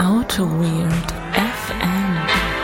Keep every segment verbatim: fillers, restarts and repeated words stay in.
Auto Weird F M.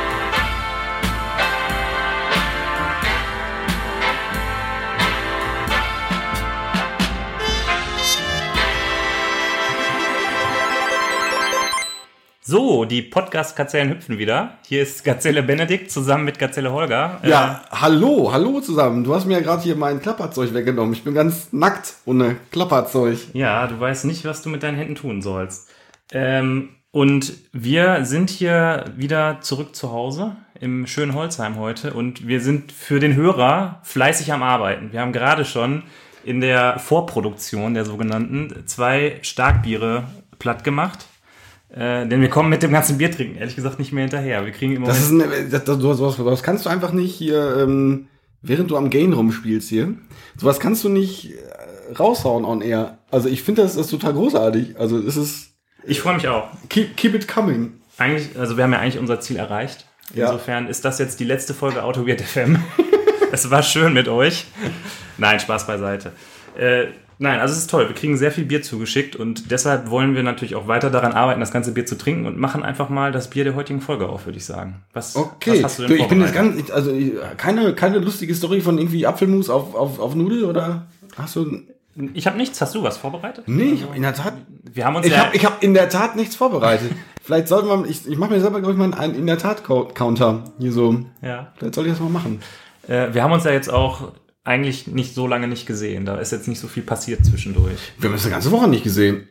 So, die Podcast-Gazellen hüpfen wieder. Hier ist Gazelle Benedikt zusammen mit Gazelle Holger. Ja, äh, hallo, hallo zusammen. Du hast mir ja gerade hier mein Klapperzeug weggenommen. Ich bin ganz nackt ohne Klapperzeug. Ja, du weißt nicht, was du mit deinen Händen tun sollst. Ähm, und wir sind hier wieder zurück zu Hause im schönen Holzheim heute. Und wir sind für den Hörer fleißig am Arbeiten. Wir haben gerade schon in der Vorproduktion der sogenannten zwei Starkbiere platt gemacht. Äh, denn wir kommen mit dem ganzen Biertrinken, ehrlich gesagt, nicht mehr hinterher. Wir kriegen immer. Das ist eine, das, das, sowas, sowas kannst du einfach nicht hier, ähm, während du am Gain rumspielst hier, sowas kannst du nicht äh, raushauen on air. Also ich finde, das ist total großartig. Also es ist. Ich freue mich auch. Keep, keep it coming. Eigentlich, also wir haben ja eigentlich unser Ziel erreicht. Insofern ja. Ist das jetzt die letzte Folge Auto Weird F M. Es war schön mit euch. Nein, Spaß beiseite. Äh, Nein, also es ist toll. Wir kriegen sehr viel Bier zugeschickt und deshalb wollen wir natürlich auch weiter daran arbeiten, das ganze Bier zu trinken und machen einfach mal das Bier der heutigen Folge auf, würde ich sagen. Was, okay. was hast du denn du, ich bin jetzt ganz, also keine, keine lustige Story von irgendwie Apfelmus auf, auf, auf Nudel oder hast du? Ich habe nichts. Hast du was vorbereitet? Nee, ich habe in der Tat. Wir haben uns ich ja habe ich hab in der Tat nichts vorbereitet. Vielleicht sollten wir, ich, ich mache mir selber, glaube ich, mal einen in der Tat Counter hier so. Ja. Vielleicht soll ich das mal machen. Äh, wir haben uns ja jetzt auch eigentlich nicht so lange nicht gesehen. Da ist jetzt nicht so viel passiert zwischendurch. Wir haben es eine ganze Woche nicht gesehen.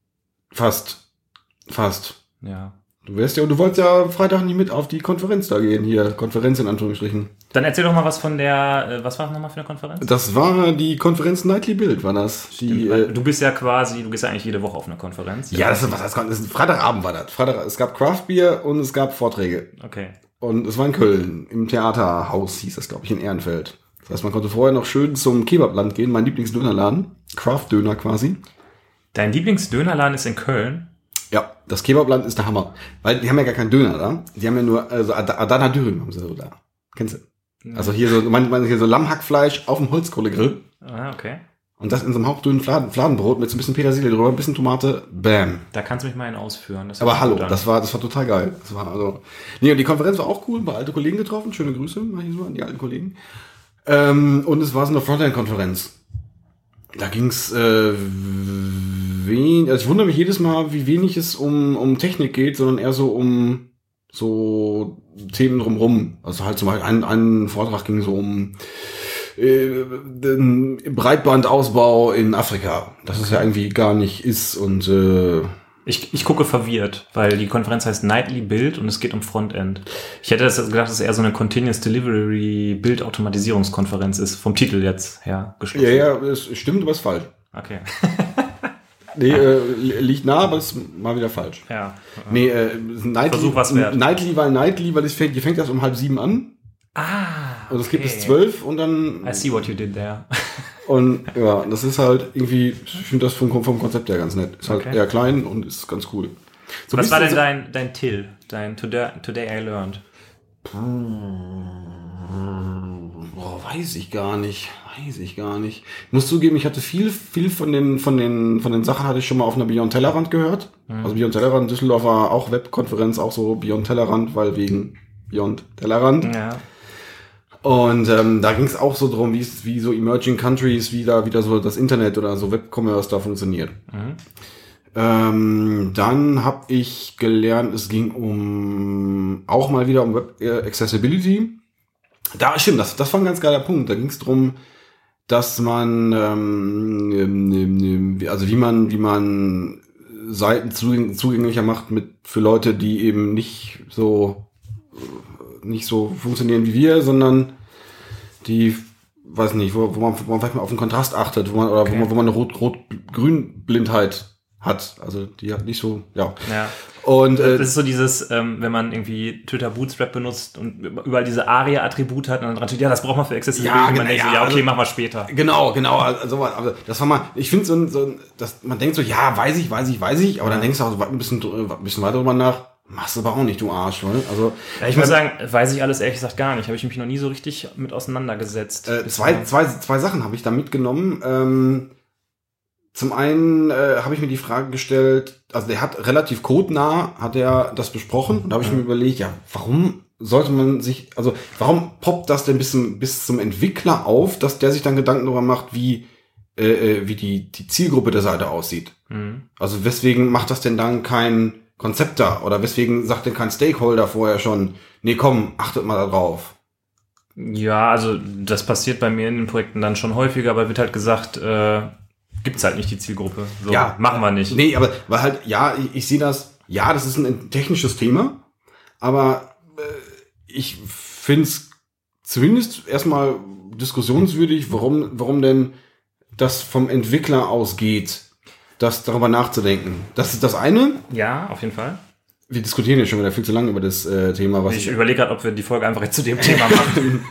Fast. Fast. Ja. Du wärst ja, du wolltest ja Freitag nicht mit auf die Konferenz da gehen, hier. Konferenz in Anführungsstrichen. Dann erzähl doch mal was von der, was war das nochmal für eine Konferenz? Das war die Konferenz Nightly Build, war das. Die, äh, du bist ja quasi, du gehst ja eigentlich jede Woche auf eine Konferenz. Ja, das ist, was das, das ist, Freitagabend war das. Freitag, es gab Craftbier und es gab Vorträge. Okay. Und es war in Köln, im Theaterhaus hieß das, glaube ich, in Ehrenfeld. Das heißt, man konnte vorher noch schön zum Kebabland gehen, mein Lieblingsdönerladen. Craft-Döner quasi. Dein Lieblingsdönerladen ist in Köln? Ja, das Kebabland ist der Hammer. Weil die haben ja gar keinen Döner da. Die haben ja nur, also Adana Dürüm haben sie so da. Kennst du? Also hier so, man, man hier so Lammhackfleisch auf dem Holzkohlegrill. Ah, okay. Und das in so einem hauchdünnen Fladen, Fladenbrot mit so ein bisschen Petersilie drüber, ein bisschen Tomate, bam. Da kannst du mich mal in ausführen. Das Aber hallo, das war, das war total geil. Das war also, nee, und die Konferenz war auch cool, ein paar alte Kollegen getroffen. Schöne Grüße mal hier so an die alten Kollegen. Ähm, und es war so eine Frontend-Konferenz. Da ging's äh, wen, also ich wundere mich jedes Mal, wie wenig es um um Technik geht, sondern eher so um so Themen drumherum. Also halt zum Beispiel ein, ein Vortrag ging so um äh, den Breitbandausbau in Afrika. Dass es ja irgendwie gar nicht ist und äh, Ich, ich gucke verwirrt, weil die Konferenz heißt Nightly Build und es geht um Frontend. Ich hätte das gedacht, dass es eher so eine Continuous Delivery Build Automatisierungskonferenz ist, vom Titel jetzt her geschlossen. Ja, ja, es stimmt, aber es ist falsch. Okay. Nee, äh, liegt nah, aber ist mal wieder falsch. Ja. Nee, äh, Nightly, Versuch was wert. Nightly, weil Nightly, weil es fängt, die fängt erst um halb sieben an. Ah. Also es okay. gibt bis zwölf und dann. I see what you did there. Und ja, das ist halt irgendwie, ich finde das vom, vom Konzept her ganz nett. Ist halt Okay. eher klein und ist ganz cool. So Was war denn so, dein, dein Till? Dein Today, Today I Learned? Boah, weiß ich gar nicht. Weiß ich gar nicht. Ich muss zugeben, ich hatte viel, viel von den, von den, von den Sachen hatte ich schon mal auf einer Beyond Tellerrand gehört. Mhm. Also Beyond Tellerrand, Düsseldorf war auch Webkonferenz, auch so Beyond Tellerrand, weil wegen Beyond Tellerrand. Ja. Und ähm, da ging es auch so drum, wie wie so Emerging Countries, wie da wieder so das Internet oder so Webcommerce da funktioniert. Mhm. Ähm, dann habe ich gelernt, es ging um auch mal wieder um Web Accessibility. Da stimmt, das das war ein ganz geiler Punkt. Da ging es drum, dass man ähm, also wie man wie man Seiten zugänglicher macht mit für Leute, die eben nicht so nicht so funktionieren wie wir, sondern die, weiß nicht, wo, wo, man, wo man vielleicht mal auf den Kontrast achtet, wo man oder okay. wo man, wo man eine Rot-Rot-Grün-Blindheit hat, also die hat nicht so, ja. Ja. Und äh, das ist so dieses, ähm, wenn man irgendwie Twitter Bootstrap benutzt und überall diese ARIA-Attribute hat und dann dran steht, ja, das braucht man für Accessibility. Ja, und genau, man denkt ja, so, ja, okay, also, machen wir später. Genau, genau, also, also das war mal, ich finde so ein, so ein, das, man denkt so, ja, weiß ich, weiß ich, weiß ich, aber dann denkst du auch so ein bisschen, ein bisschen weiter drüber nach. Machst du aber auch nicht, du Arsch, ne? Also ja, ich muss sagen, weiß ich alles ehrlich gesagt gar nicht. Habe ich mich noch nie so richtig mit auseinandergesetzt. Äh, zwei, zwei, zwei Sachen habe ich da mitgenommen. Ähm, zum einen äh, habe ich mir die Frage gestellt, also der hat relativ codenah, hat er das besprochen. Und da habe ich mir überlegt, ja, warum sollte man sich, also warum poppt das denn bis zum, bis zum Entwickler auf, dass der sich dann Gedanken darüber macht, wie äh, wie die die Zielgruppe der Seite aussieht. Mhm. Also weswegen macht das denn dann kein Konzepter oder weswegen sagt denn kein Stakeholder vorher schon, nee, komm, achtet mal da drauf. Ja, also das passiert bei mir in den Projekten dann schon häufiger, aber wird halt gesagt, äh, gibt's halt nicht die Zielgruppe. So, ja, machen wir nicht. Nee, aber weil halt, ja, ich, ich sehe das, ja, das ist ein technisches Thema, aber äh, ich finde es zumindest erstmal diskussionswürdig, warum, warum denn das vom Entwickler ausgeht, das darüber nachzudenken. Das ist das eine. Ja, auf jeden Fall. Wir diskutieren ja schon wieder viel zu lange über das äh, Thema. Was ich ich überlege gerade, ob wir die Folge einfach jetzt zu dem Thema machen.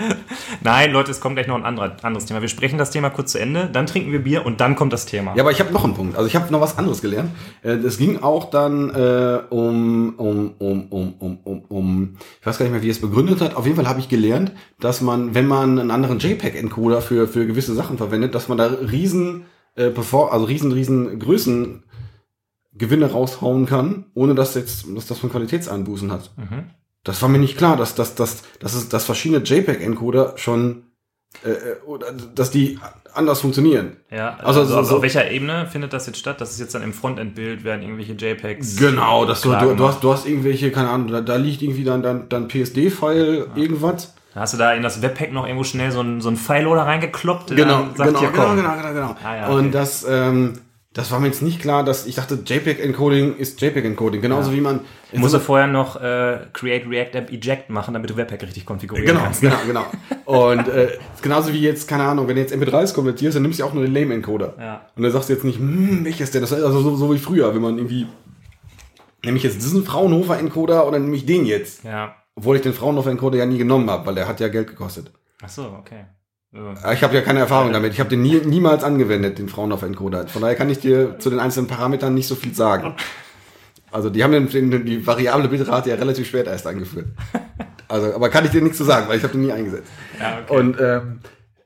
Nein, Leute, es kommt gleich noch ein anderer, anderes Thema. Wir sprechen das Thema kurz zu Ende, dann trinken wir Bier und dann kommt das Thema. Ja, aber ich habe noch einen Punkt. Also ich habe noch was anderes gelernt. Es ging auch dann äh, um, um, um, um, um, um, um, ich weiß gar nicht mehr, wie er es begründet hat. Auf jeden Fall habe ich gelernt, dass man, wenn man einen anderen JPEG-Encoder für, für gewisse Sachen verwendet, dass man da riesen, äh, perform- also riesen, riesen Größen Gewinne raushauen kann, ohne dass jetzt dass das von Qualitätseinbußen hat. Mhm. Das war mir nicht klar, dass dass dass dass es dass verschiedene JPEG-Encoder schon äh, oder dass die anders funktionieren. Ja, also, also, also auf welcher Ebene findet das jetzt statt? Das ist jetzt dann im Frontend-Bild, werden irgendwelche JPEGs. Genau, dass du, du, du hast du hast irgendwelche, keine Ahnung, da, da liegt irgendwie dann dann dann P S D-File, ja. Irgendwas. Da hast du da in das Webpack noch irgendwo schnell so ein so ein File-Loader reingekloppt. Genau, sagt, genau, ja, genau, genau, genau, genau. Ah, ja, okay. Und das ähm, das war mir jetzt nicht klar, dass ich dachte, JPEG-Encoding ist JPEG-Encoding. Genauso ja. wie man... Musst du vorher noch äh, Create React App Eject machen, damit du Webpack richtig konfigurieren genau, kannst. Genau, genau, genau. Und äh, genauso wie jetzt, keine Ahnung, wenn du jetzt M P drei s konvertierst, dann nimmst du ja auch nur den Lame-Encoder. Ja. Und dann sagst du jetzt nicht, hm, welches denn? Das ist also so, so wie früher, wenn man irgendwie... Nehme ich jetzt diesen Fraunhofer-Encoder oder nehme ich den jetzt? Ja. Obwohl ich den Fraunhofer-Encoder ja nie genommen habe, weil der hat ja Geld gekostet. Ach so, okay. Ich habe ja keine Erfahrung damit. Ich habe den nie, niemals angewendet, den Fraunhofer-Encoder. Von daher kann ich dir zu den einzelnen Parametern nicht so viel sagen. Also die haben den, den, die variable Bitrate ja relativ spät erst eingeführt. Also, aber kann ich dir nichts zu sagen, weil ich habe den nie eingesetzt. Ja, okay. Und ähm,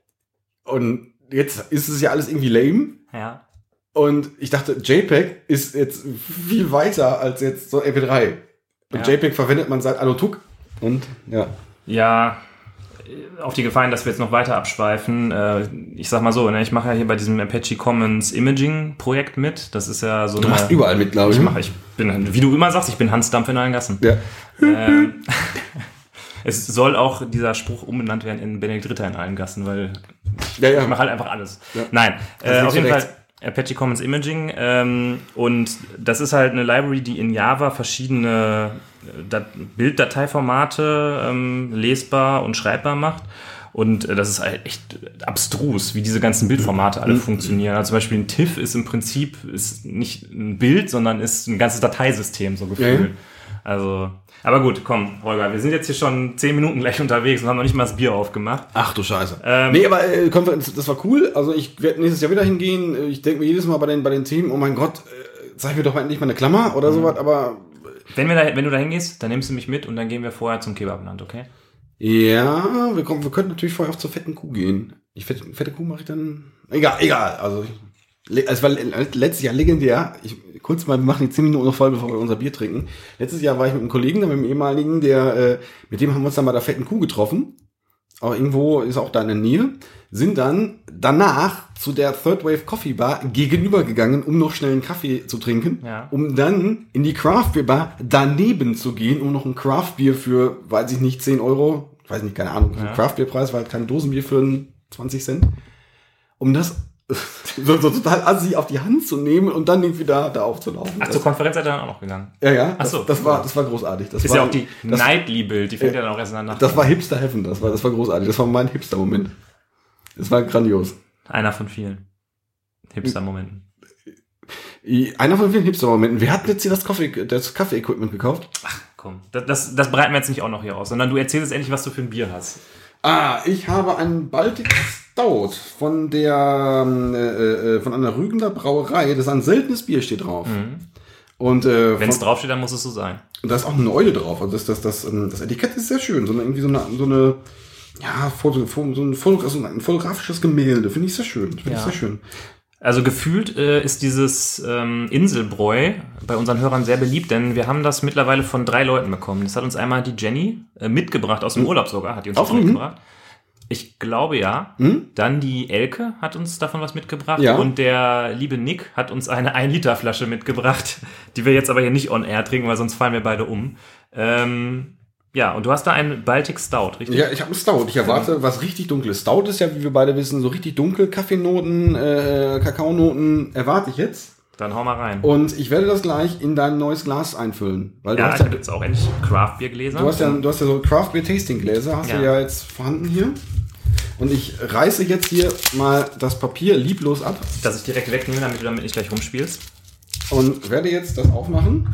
und jetzt ist es ja alles irgendwie lame. Ja. Und ich dachte, JPEG ist jetzt viel weiter als jetzt so M P drei. Und ja. JPEG verwendet man seit Anotuk. Und ja. Ja. Auf die Gefahr, dass wir jetzt noch weiter abschweifen. Äh, ich sag mal so, ne, ich mache ja hier bei diesem Apache Commons Imaging Projekt mit. Das ist ja so Du eine, machst überall mit, glaube ich. Ich mache, ich bin, wie du immer sagst, ich bin Hans Dampf in allen Gassen. Ja. Ähm, es soll auch dieser Spruch umbenannt werden in Benedikt Ritter in allen Gassen, weil ich, ja, ja. ich mache halt einfach alles. Ja. Nein, äh, also auf jeden recht. Fall Apache Commons Imaging ähm, und das ist halt eine Library, die in Java verschiedene Dat- Bilddateiformate ähm, lesbar und schreibbar macht. Und äh, das ist halt echt abstrus, wie diese ganzen Bildformate alle funktionieren. Also zum Beispiel ein TIFF ist im Prinzip ist nicht ein Bild, sondern ist ein ganzes Dateisystem so gefühlt. Ja. Also, aber gut, komm, Holger, wir sind jetzt hier schon zehn Minuten gleich unterwegs und haben noch nicht mal das Bier aufgemacht. Ach du Scheiße. Ähm, nee, aber äh, Konferenz, das war cool. Also ich werde nächstes Jahr wieder hingehen. Ich denke mir jedes Mal bei den, bei den Themen, oh mein Gott, äh, zeig mir doch mal endlich mal eine Klammer oder mhm. sowas, aber... Wenn, wir da, wenn du da hingehst, dann nimmst du mich mit und dann gehen wir vorher zum Kebabland, okay? Ja, wir, kommen, wir könnten natürlich vorher auch zur fetten Kuh gehen. Ich fette, fette Kuh mache ich dann... Egal, egal. Also es war letztes Jahr legendär. Ich, kurz mal, wir machen die zehn Minuten noch voll, bevor wir unser Bier trinken. Letztes Jahr war ich mit einem Kollegen, mit einem ehemaligen, der, äh, mit dem haben wir uns dann bei der fetten Kuh getroffen. Aber irgendwo ist auch da in der Nähe. Sind dann danach zu der Third Wave Coffee Bar gegenüber gegangen, um noch schnell einen Kaffee zu trinken. Ja. Um dann in die Craft Beer Bar daneben zu gehen, um noch ein Craft Bier für, weiß ich nicht, zehn Euro, weiß nicht, keine Ahnung, ja. Craft Beer Preis war halt kein Dosenbier für zwanzig Cent. Um das so, so total assi auf die Hand zu nehmen und dann irgendwie da, da aufzulaufen. Ach, zur Konferenz seid ihr dann auch noch gegangen? Ja, ja. Ach so. Das, das war, das war großartig. Das ist war, ja auch die das, Nightly-Bild, die fängt äh, ja dann auch erst danach. Das war Hipster Heaven, das war, das war großartig. Das war mein Hipster-Moment. Das war grandios. Einer von vielen Hipster-Momenten. Einer von vielen Hipster-Momenten. Wir hatten jetzt hier das Kaffee, das Kaffee-Equipment gekauft. Ach komm, das, das, das breiten wir jetzt nicht auch noch hier aus, sondern du erzählst endlich, was du für ein Bier hast. Ah, ich habe einen Baltic Stout von der äh, von einer Rügener Brauerei. Das ist ein seltenes Bier, steht drauf. Mhm. Und äh, wenn es draufsteht, dann muss es so sein. Und da ist auch eine Eule drauf. Also das, das, das, das Etikett ist sehr schön. So eine, irgendwie so eine, so eine ja, Foto, so ein, Foto, also ein fotografisches Gemälde. Finde ich sehr schön. Finde ja. ich sehr schön. Also gefühlt äh, ist dieses ähm, Inselbräu bei unseren Hörern sehr beliebt, denn wir haben das mittlerweile von drei Leuten bekommen. Das hat uns einmal die Jenny äh, mitgebracht, aus dem Urlaub sogar, hat die uns Auf das mitgebracht. Ich glaube ja. Hm? Dann die Elke hat uns davon was mitgebracht. Ja. Und der liebe Nick hat uns eine ein Liter Flasche mitgebracht, die wir jetzt aber hier nicht on air trinken, weil sonst fallen wir beide um. Ähm, ja, und du hast da einen Baltic Stout, richtig? Ja, ich habe einen Stout. Ich erwarte was richtig Dunkles. Stout ist ja, wie wir beide wissen, so richtig dunkel. Kaffeenoten, äh, Kakaonoten erwarte ich jetzt. Dann hau mal rein. Und ich werde das gleich in dein neues Glas einfüllen. Weil du Ja, hast ich ja, habe jetzt auch endlich Craft-Bier-Gläser. du hast ja, du hast ja so Craft Beer Tasting Gläser, hast Ja. du ja jetzt vorhanden hier. Und ich reiße jetzt hier mal das Papier lieblos ab Dass ich direkt wegnehme, damit du damit nicht gleich rumspielst. und werde jetzt das aufmachen.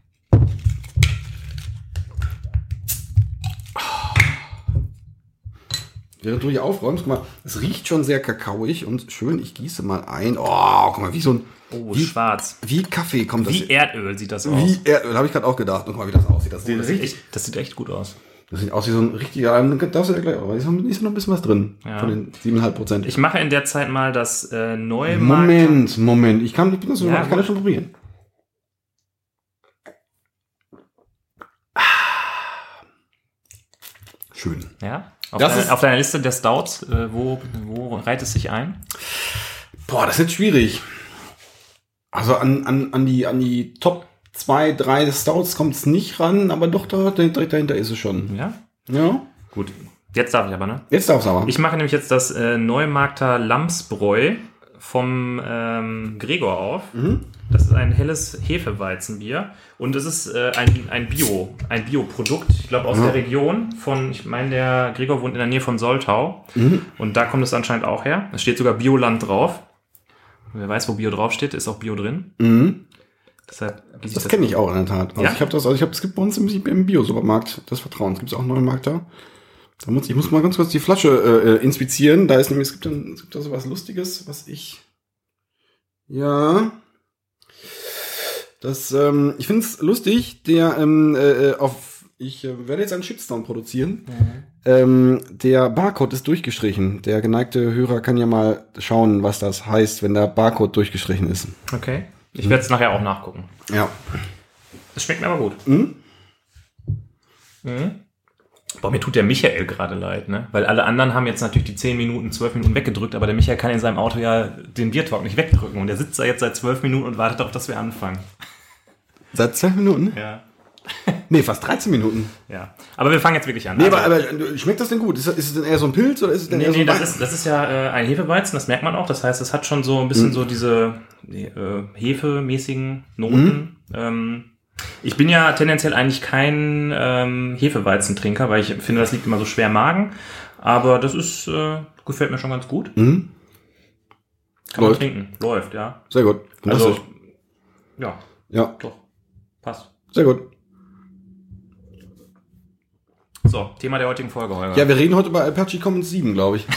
Während du hier aufräumst, guck mal, es riecht schon sehr kakaoig und schön. Ich gieße mal ein. Oh, guck mal, wie so ein, Oh, wie, schwarz. wie Kaffee kommt das. Wie Erdöl sieht das aus. Wie Erdöl, habe ich gerade auch gedacht. Und guck mal, wie das aussieht. Das, Oh, sieht das, sieht richtig, echt, das sieht echt gut aus. das sieht aus wie so ein richtiger, das ist ja gleich, aber ist noch ist noch ein bisschen was drin. Ja. Von den sieben Komma fünf Prozent. Ich mache in der Zeit mal das äh, neue Moment, Moment. Ich kann, ich bin das, Ja, ich kann das schon probieren. Ah. Schön. Ja? Auf, Das deiner, ist- auf deiner Liste der Stouts, äh, wo, wo reiht es sich ein? Boah, das ist jetzt schwierig. Also an, an, an die, an die Top zwei, drei des Stouts kommt es nicht ran, aber doch da, direkt dahinter ist es schon. Ja? Ja. Gut. Jetzt darf ich aber, ne? Jetzt darf's aber. Ich mache nämlich jetzt das äh, Neumarkter Lamsbräu vom ähm, Gregor auf. Mhm. Das ist ein helles Hefeweizenbier und es ist äh, ein, ein Bio, ein Bioprodukt, ich glaube aus Ja. der Region von, ich meine, der Gregor wohnt in der Nähe von Soltau Mhm. und da kommt es anscheinend auch her. Es steht sogar Bioland drauf. Wer weiß, wo Bio draufsteht, ist auch Bio drin. Mhm. Deshalb gieße Das kenne ich auch in der Tat. Also Ja? ich habe das, also ich habe, es gibt bei uns im, im Bio-Supermarkt des Vertrauens, gibt es auch einen neuen Markt da. Da muss, ich muss mal ganz kurz die Flasche äh, inspizieren. Da ist nämlich, es gibt, dann, es gibt da so was Lustiges, was ich. Ja. Das, ähm, ich finde es lustig, der ähm, äh, auf. Ich äh, werde jetzt einen Shitstorm produzieren. Mhm. Ähm, der Barcode ist durchgestrichen. Der geneigte Hörer kann ja mal schauen, was das heißt, wenn der Barcode durchgestrichen ist. Okay. Ich werde es nachher auch nachgucken. Ja. Das schmeckt mir aber gut. Mhm. Mhm. Boah, mir tut der Michael gerade leid, ne? Weil alle anderen haben jetzt natürlich die zehn Minuten, zwölf Minuten weggedrückt, aber der Michael kann in seinem Auto ja den Biertalk nicht wegdrücken. Und der sitzt da jetzt seit zwölf Minuten und wartet darauf, dass wir anfangen. Seit zwölf Minuten? Ja. Nee, fast dreizehn Minuten. Ja. Aber wir fangen jetzt wirklich an. Nee, Also- aber, aber schmeckt das denn gut? Ist, das- ist es denn eher so ein Pilz oder ist es denn Nee, eher so nee, ein das Wein? ist, das ist ja äh, ein Hefeweizen, das merkt man auch. Das heißt, es hat schon so ein bisschen Mhm. so diese äh, hefemäßigen Noten. Ähm, ich bin ja tendenziell eigentlich kein ähm, Hefeweizentrinker, weil ich finde, das liegt immer so schwer im Magen. Aber das ist, äh, gefällt mir schon ganz gut. Mhm. Kann Läuft. man trinken. Läuft, ja. Sehr gut. Also, Also, ja, ja, doch. Passt. sehr gut. So, Thema der heutigen Folge, Holger. Ja, wir reden heute über Apache Commons sieben, glaube ich.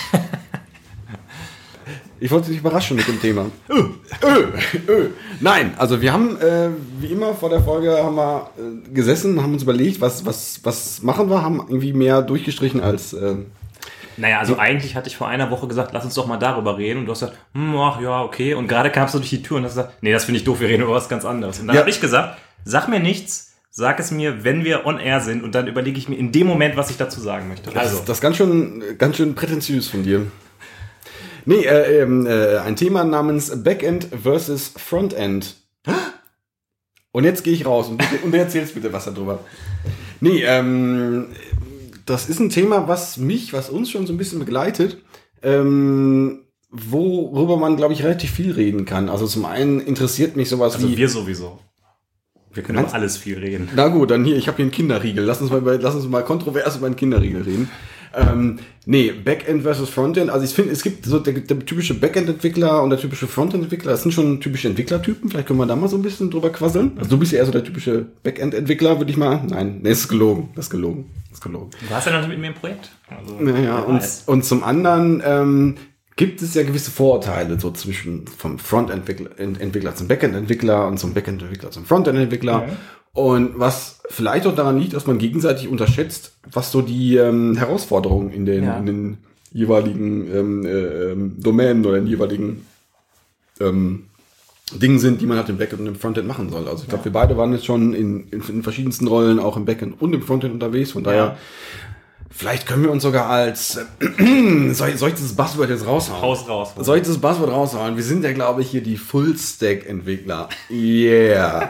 Ich wollte dich überraschen mit dem Thema. Ö, ö, ö. Nein, also wir haben, äh, wie immer vor der Folge, haben wir äh, gesessen, haben uns überlegt, was, was, was machen wir, haben irgendwie mehr durchgestrichen als... Äh, Naja, also eigentlich hatte ich vor einer Woche gesagt, lass uns doch mal darüber reden. Und du hast gesagt, hm, ach ja, okay. Und gerade kamst du durch die Tür und hast gesagt, nee, das finde ich doof, wir reden über was ganz anderes. Und dann Ja. habe ich gesagt, sag mir nichts, sag es mir, wenn wir on air sind. Und dann überlege ich mir in dem Moment, was ich dazu sagen möchte. Das, Also, das ist ganz schön, ganz schön prätentiös von dir. Nee, äh, ähm, äh, ein Thema namens Backend versus Frontend. Und jetzt gehe ich raus und, und du erzählst bitte was darüber. Nee, ähm, das ist ein Thema, was mich, was uns schon so ein bisschen begleitet, ähm, worüber man, glaube ich, relativ viel reden kann. Also zum einen interessiert mich sowas also wie... wir sowieso. Wir können Meinst- über alles viel reden. Na gut, dann hier, ich habe hier einen Kinderriegel. Lass uns mal, über- lass uns mal kontrovers über einen Kinderriegel reden. Ähm, nee, Backend versus Frontend. Also ich finde, es gibt so der, der typische Backend-Entwickler und der typische Frontend-Entwickler. Das sind schon typische Entwicklertypen. Vielleicht können wir da mal so ein bisschen drüber quasseln. Also du bist ja eher so der typische Backend-Entwickler, würde ich mal... Nein, nee, das ist gelogen. Das ist gelogen. Das ist gelogen. Du warst ja noch mit mir im Projekt. Also, Naja, wer und, weiß. und zum anderen ähm, gibt es ja gewisse Vorurteile so zwischen vom Frontend-Entwickler Entwickler zum Backend-Entwickler und zum Backend-Entwickler zum Frontend-Entwickler. Ja. Und was vielleicht auch daran liegt, dass man gegenseitig unterschätzt, was so die ähm, Herausforderungen in den, Ja. in den jeweiligen ähm, äh, ähm, Domänen oder in den jeweiligen ähm, Dingen sind, die man halt im Backend und im Frontend machen soll. Also ich glaube, ja. wir beide waren jetzt schon in, in, in verschiedensten Rollen auch im Backend und im Frontend unterwegs. Von daher, ja. vielleicht können wir uns sogar als, äh, soll, ich, soll ich dieses Buzzword jetzt raushauen? Haus raus. Soll ich dieses Buzzword raushauen? Wir sind ja, glaube ich, hier die Full-Stack-Entwickler. Yeah.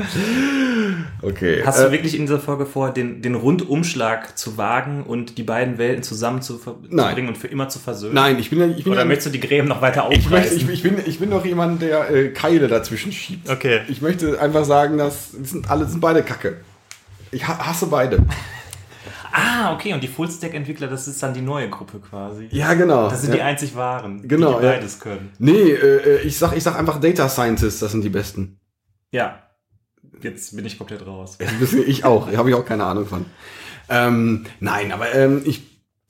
Okay. Hast du äh, wirklich in dieser Folge vor, den, den Rundumschlag zu wagen und die beiden Welten zusammen zu, ver- zu bringen und für immer zu versöhnen? Nein, ich bin ja... Ich bin Oder ja, möchtest du die Gräben noch weiter ich, aufreißen? möchte, ich, ich, bin, ich bin doch jemand, der äh, Keile dazwischen schiebt. Okay. Ich möchte einfach sagen, dass das sind alle sind beide Kacke. Ich ha- hasse beide. Ah, okay, und die Full-Stack-Entwickler, das ist dann die neue Gruppe quasi. Ja, genau. Das sind ja. die einzig Wahren, genau, die ja. beides können. Nee, äh, ich, sag, ich sag einfach Data Scientists, das sind die Besten. Ja, jetzt bin ich komplett raus. Ich auch, da habe ich auch keine Ahnung von. Ähm, nein, aber ähm, ich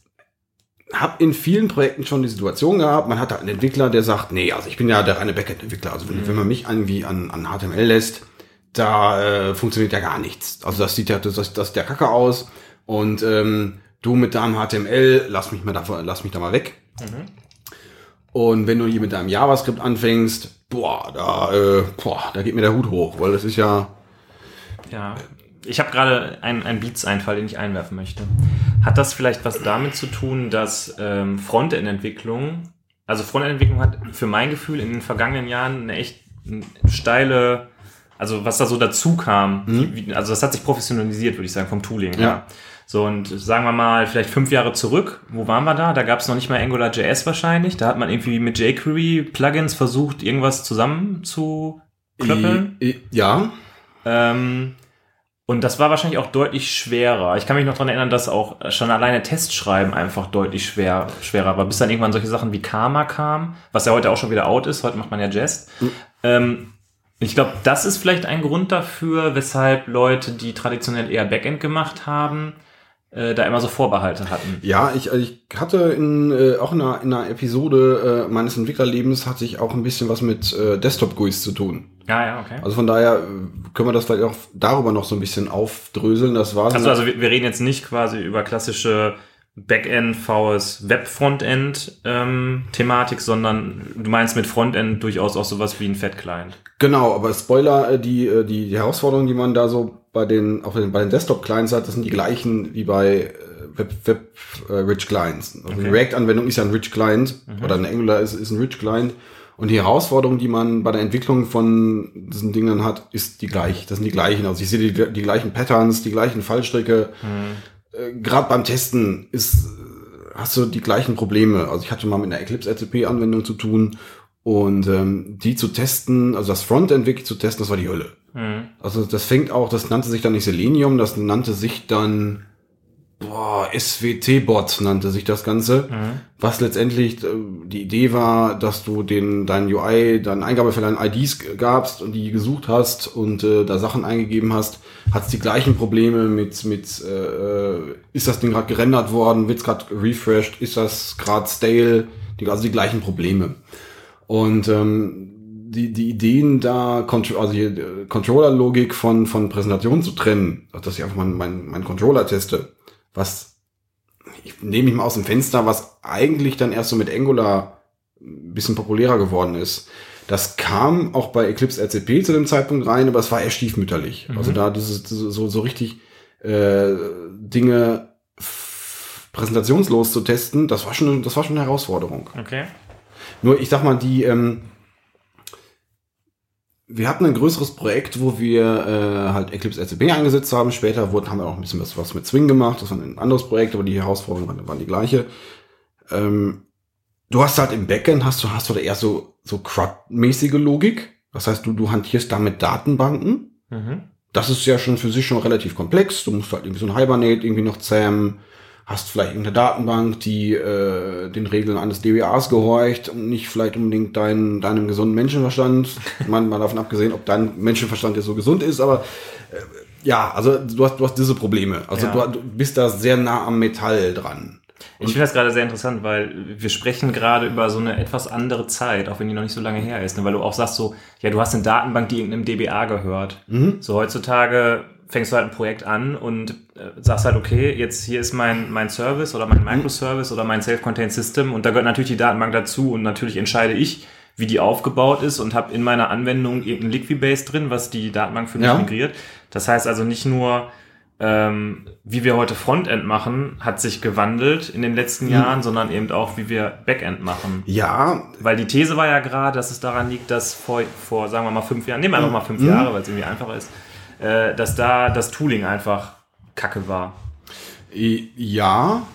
habe in vielen Projekten schon die Situation gehabt, man hat da einen Entwickler, der sagt, nee, also ich bin ja der reine Backend-Entwickler, also wenn, mhm. wenn man mich irgendwie an, an H T M L lässt, da äh, funktioniert ja gar nichts. Also das sieht ja, das, das sieht der Kacke aus. Und ähm, du mit deinem H T M L, lass mich mal da, lass mich da mal weg. Mhm. Und wenn du hier mit deinem JavaScript anfängst, boah, da, äh, boah, da geht mir der Hut hoch, weil das ist ja... Ja, ich habe gerade einen, einen Beats-Einfall, den ich einwerfen möchte. Hat das vielleicht was damit zu tun, dass ähm, Frontend-Entwicklung, also Frontend-Entwicklung hat für mein Gefühl in den vergangenen Jahren eine echt eine steile... Also was da so dazu kam, mhm. wie, also das hat sich professionalisiert, würde ich sagen, vom Tooling her. Ja. So, und sagen wir mal, vielleicht fünf Jahre zurück, wo waren wir da? Da gab es noch nicht mal AngularJS wahrscheinlich. Da hat man irgendwie mit jQuery-Plugins versucht, irgendwas zusammen zu klöppeln. I, I, ja. Ähm, und das war wahrscheinlich auch deutlich schwerer. Ich kann mich noch daran erinnern, dass auch schon alleine Testschreiben einfach deutlich schwer, schwerer war. Bis dann irgendwann solche Sachen wie Karma kam, was ja heute auch schon wieder out ist. Heute macht man ja Jest. Mhm. Ähm, Ich glaube, das ist vielleicht ein Grund dafür, weshalb Leute, die traditionell eher Backend gemacht haben, äh, da immer so Vorbehalte hatten. Ja, ich, ich hatte in, äh, auch in einer, in einer Episode äh, meines Entwicklerlebens hatte ich auch ein bisschen was mit äh, Desktop-G U Is zu tun. Ah ja, okay. Also von daher können wir das vielleicht auch darüber noch so ein bisschen aufdröseln. Das war so also, also wir, wir reden jetzt nicht quasi über klassische Backend, V S, Web-Frontend ähm, Thematik, sondern du meinst mit Frontend durchaus auch sowas wie ein Fat-Client. Genau, aber Spoiler, die, die, die Herausforderungen, die man da so bei den, auch bei den Desktop-Clients hat, das sind die gleichen wie bei Web, Web äh, Rich Clients. Also okay. Eine React-Anwendung ist ja ein Rich Client mhm. oder eine Angular ist, ist ein Rich Client. Und die Herausforderung, die man bei der Entwicklung von diesen Dingen hat, ist die gleich. Das sind die gleichen. Also ich sehe die, die gleichen Patterns, die gleichen Fallstricke. Mhm. Äh, Gerade beim Testen ist, hast du die gleichen Probleme. Also ich hatte mal mit einer Eclipse R C P-Anwendung zu tun und ähm, die zu testen, also das Frontend wirklich zu testen, das war die Hölle. Mhm. Also das fängt auch, das nannte sich dann nicht Selenium, das nannte sich dann boah, S W T-Bot nannte sich das Ganze, mhm. was letztendlich äh, die Idee war, dass du den dein U I, deine Eingabefeld an I Ds gabst und die gesucht hast und äh, da Sachen eingegeben hast, hat's die gleichen Probleme mit mit äh, ist das Ding gerade gerendert worden, wird's gerade refreshed, ist das gerade stale, die, also die gleichen Probleme. Und ähm, die die Ideen da, also hier Controller-Logik von von Präsentationen zu trennen, dass ich einfach mal meinen mein Controller teste, was, ich nehme mich mal aus dem Fenster, was eigentlich dann erst so mit Angular ein bisschen populärer geworden ist. Das kam auch bei Eclipse R C P zu dem Zeitpunkt rein, aber es war eher stiefmütterlich. Mhm. Also da dieses, so, so richtig äh, Dinge f- präsentationslos zu testen, das war schon, das war schon eine Herausforderung. Okay. Nur, ich sag mal, die, ähm, wir hatten ein größeres Projekt, wo wir äh, halt Eclipse R C P eingesetzt haben. Später wurden, haben wir auch ein bisschen was, was mit Swing gemacht. Das war ein anderes Projekt, aber die Herausforderungen waren, waren die gleiche. Ähm, du hast halt im Backend, hast du hast du da eher so so C R U D-mäßige Logik. Das heißt, du du hantierst da mit Datenbanken. Mhm. Das ist ja schon für sich schon relativ komplex. Du musst halt irgendwie so ein Hibernate irgendwie noch zähmen. Hast vielleicht irgendeine Datenbank, die äh, den Regeln eines D B As gehorcht und nicht vielleicht unbedingt dein, deinem gesunden Menschenverstand. mal, mal davon abgesehen, ob dein Menschenverstand jetzt so gesund ist, aber äh, ja, also du hast, du hast diese Probleme. Also ja. du, du bist da sehr nah am Metall dran. Und ich finde das gerade sehr interessant, weil wir sprechen gerade über so eine etwas andere Zeit, auch wenn die noch nicht so lange her ist, ne? Weil du auch sagst so, ja, du hast eine Datenbank, die irgendeinem D B A gehört. Mhm. So heutzutage fängst du halt ein Projekt an und äh, sagst halt, okay, jetzt hier ist mein mein Service oder mein Microservice oder mein Self-Contained System und da gehört natürlich die Datenbank dazu und natürlich entscheide ich, wie die aufgebaut ist und habe in meiner Anwendung irgendein Liquibase drin, was die Datenbank für mich Ja. migriert. Das heißt also nicht nur, ähm, wie wir heute Frontend machen, hat sich gewandelt in den letzten Jahren, sondern eben auch, wie wir Backend machen. Ja, Weil die These war ja gerade, dass es daran liegt, dass vor, vor sagen wir mal, fünf Jahren, nehmen wir einfach mal fünf Jahre, weil es irgendwie einfacher ist, äh, dass da das Tooling einfach kacke war. ja,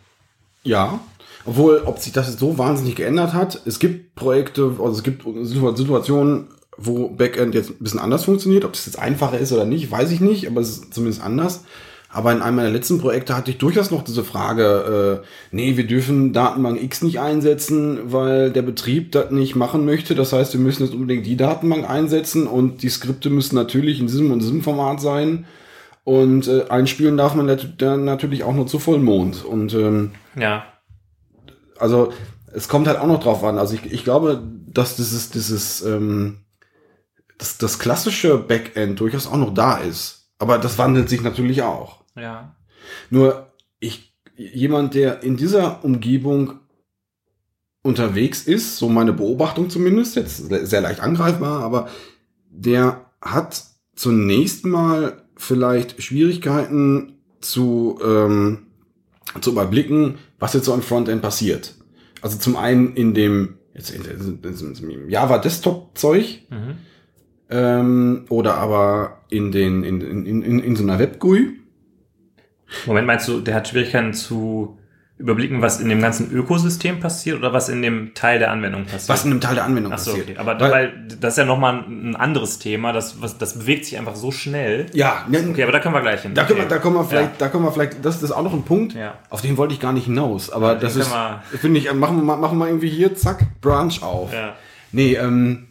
ja. Obwohl, ob sich das jetzt so wahnsinnig geändert hat, es gibt Projekte, also es gibt Situationen, wo Backend jetzt ein bisschen anders funktioniert. Ob das jetzt einfacher ist oder nicht, weiß ich nicht, aber es ist zumindest anders. Aber in einem meiner letzten Projekte hatte ich durchaus noch diese Frage, äh, nee, wir dürfen Datenbank X nicht einsetzen, weil der Betrieb das nicht machen möchte. Das heißt, wir müssen jetzt unbedingt die Datenbank einsetzen und die Skripte müssen natürlich in diesem und diesem Format sein. Und äh, einspielen darf man nat- dann natürlich auch nur zu Vollmond. Und ähm, Ja. also es kommt halt auch noch drauf an. Also ich, ich glaube, dass dieses, dieses, ähm, das, das klassische Backend durchaus auch noch da ist. Aber das wandelt sich natürlich auch. Ja. Nur ich, jemand, der in dieser Umgebung unterwegs ist, so meine Beobachtung zumindest, jetzt sehr leicht angreifbar, aber der hat zunächst mal vielleicht Schwierigkeiten zu, ähm, zu überblicken, was jetzt so im Frontend passiert. Also zum einen in dem, jetzt in, in, in, in Java Desktop Zeug, Mhm. ähm, oder aber in den, in, in, in, in so einer Web G U I. Moment, meinst du, der hat Schwierigkeiten zu überblicken, was in dem ganzen Ökosystem passiert oder was in dem Teil der Anwendung passiert? Was in einem Teil der Anwendung Ach so, passiert. okay. Aber Weil- weil, das ist ja nochmal ein anderes Thema, das, was, das bewegt sich einfach so schnell. Ja, ne, Okay, aber da können wir gleich hin. Da können wir, Okay. da kommen wir vielleicht, Ja. da kommen wir vielleicht, das ist auch noch ein Punkt, Ja. auf den wollte ich gar nicht hinaus, aber den das können ist, wir- finde ich, machen wir mal, machen wir irgendwie hier, zack, Branch auf. Ja. Nee, ähm,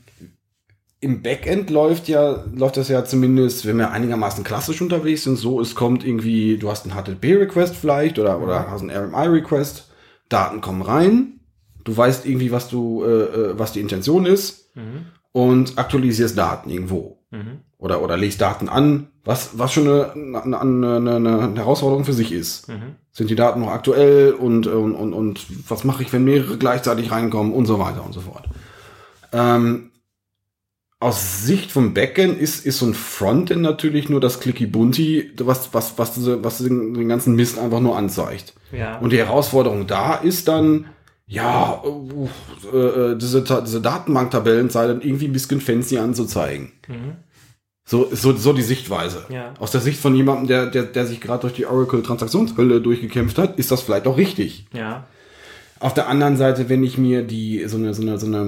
im Backend läuft ja, läuft das ja zumindest, wenn wir einigermaßen klassisch unterwegs sind, so, es kommt irgendwie, du hast einen H T T P-Request vielleicht oder, oder hast einen R M I-Request, Daten kommen rein, du weißt irgendwie, was du, äh, äh, was die Intention ist Mhm. und aktualisierst Daten irgendwo. Mhm. Oder, oder legst Daten an, was, was schon eine, eine, eine, eine Herausforderung für sich ist. Mhm. Sind die Daten noch aktuell und, und, und, und was mache ich, wenn mehrere gleichzeitig reinkommen und so weiter und so fort. Ähm, aus Sicht vom Backend ist, ist so ein Frontend natürlich nur das Clicky-Bunty, was, was, was, diese, was den, den ganzen Mist einfach nur anzeigt. Ja. Und die Herausforderung da ist dann, ja, äh, äh, diese, Ta- diese Datenbanktabellenzeile irgendwie ein bisschen fancy anzuzeigen. Mhm. So, so, so die Sichtweise. Ja. Aus der Sicht von jemandem, der, der, der sich gerade durch die Oracle-Transaktionshölle durchgekämpft hat, ist das vielleicht auch richtig. Ja. Auf der anderen Seite, wenn ich mir die, so eine, so eine, so eine,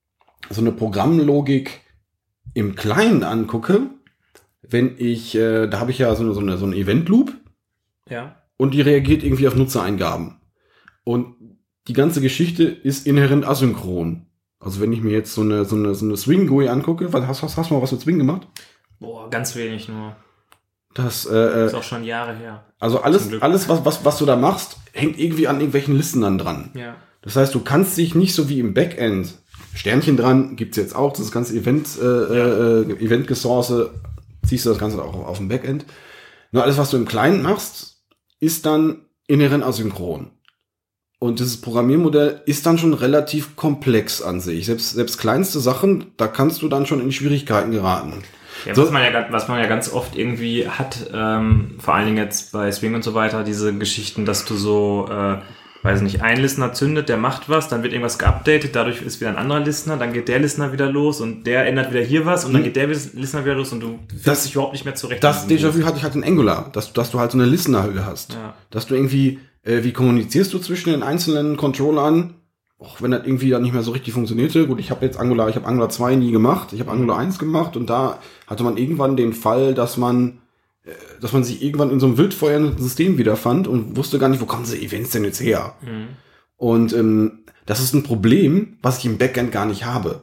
so eine Programmlogik im Kleinen angucke, wenn ich, äh, da habe ich ja so eine, so eine, so eine Event-Loop Ja. und die reagiert irgendwie auf Nutzereingaben. Und die ganze Geschichte ist inhärent asynchron. Also wenn ich mir jetzt so eine, so eine, so eine Swing-G U I angucke, was, hast, hast, hast du mal was mit Swing gemacht? Boah, ganz wenig nur. Das, äh, Ist auch schon Jahre her. also Zum alles, Glück. alles was, was, was du da machst, hängt irgendwie an irgendwelchen Listen dann dran. Ja. Das heißt, du kannst dich nicht so wie im Backend, Sternchen dran, gibt's jetzt auch, das ganze Event, äh, äh, Event-Gesource, ziehst du das Ganze auch auf dem Backend. Nur alles, was du im Kleinen machst, ist dann inhärent asynchron. Und dieses Programmiermodell ist dann schon relativ komplex an sich. Selbst, selbst kleinste Sachen, da kannst du dann schon in Schwierigkeiten geraten. Ja, So- was, man ja, ga- was man ja ganz oft irgendwie hat, ähm, vor allen Dingen jetzt bei Swing und so weiter, diese Geschichten, dass du so, äh, weiß nicht, ein Listener zündet, der macht was, dann wird irgendwas geupdatet, dadurch ist wieder ein anderer Listener, dann geht der Listener wieder los und der ändert wieder hier was und dann geht der Listener wieder los und du findest Das- dich überhaupt nicht mehr zurecht. Das in diesem Déjà-vu hatte ich halt in Angular, dass, dass du halt so eine Listenerhöhe hast. Ja. Dass du irgendwie, äh, wie kommunizierst du zwischen den einzelnen Controllern, auch wenn das irgendwie dann nicht mehr so richtig funktionierte. Gut, ich habe jetzt Angular, ich habe Angular zwei nie gemacht, ich habe Angular eins gemacht und da hatte man irgendwann den Fall, dass man äh, dass man sich irgendwann in so einem wildfeuernden System wiederfand und wusste gar nicht, wo kommen diese Events denn jetzt her? Mhm. Und ähm, das ist ein Problem, was ich im Backend gar nicht habe,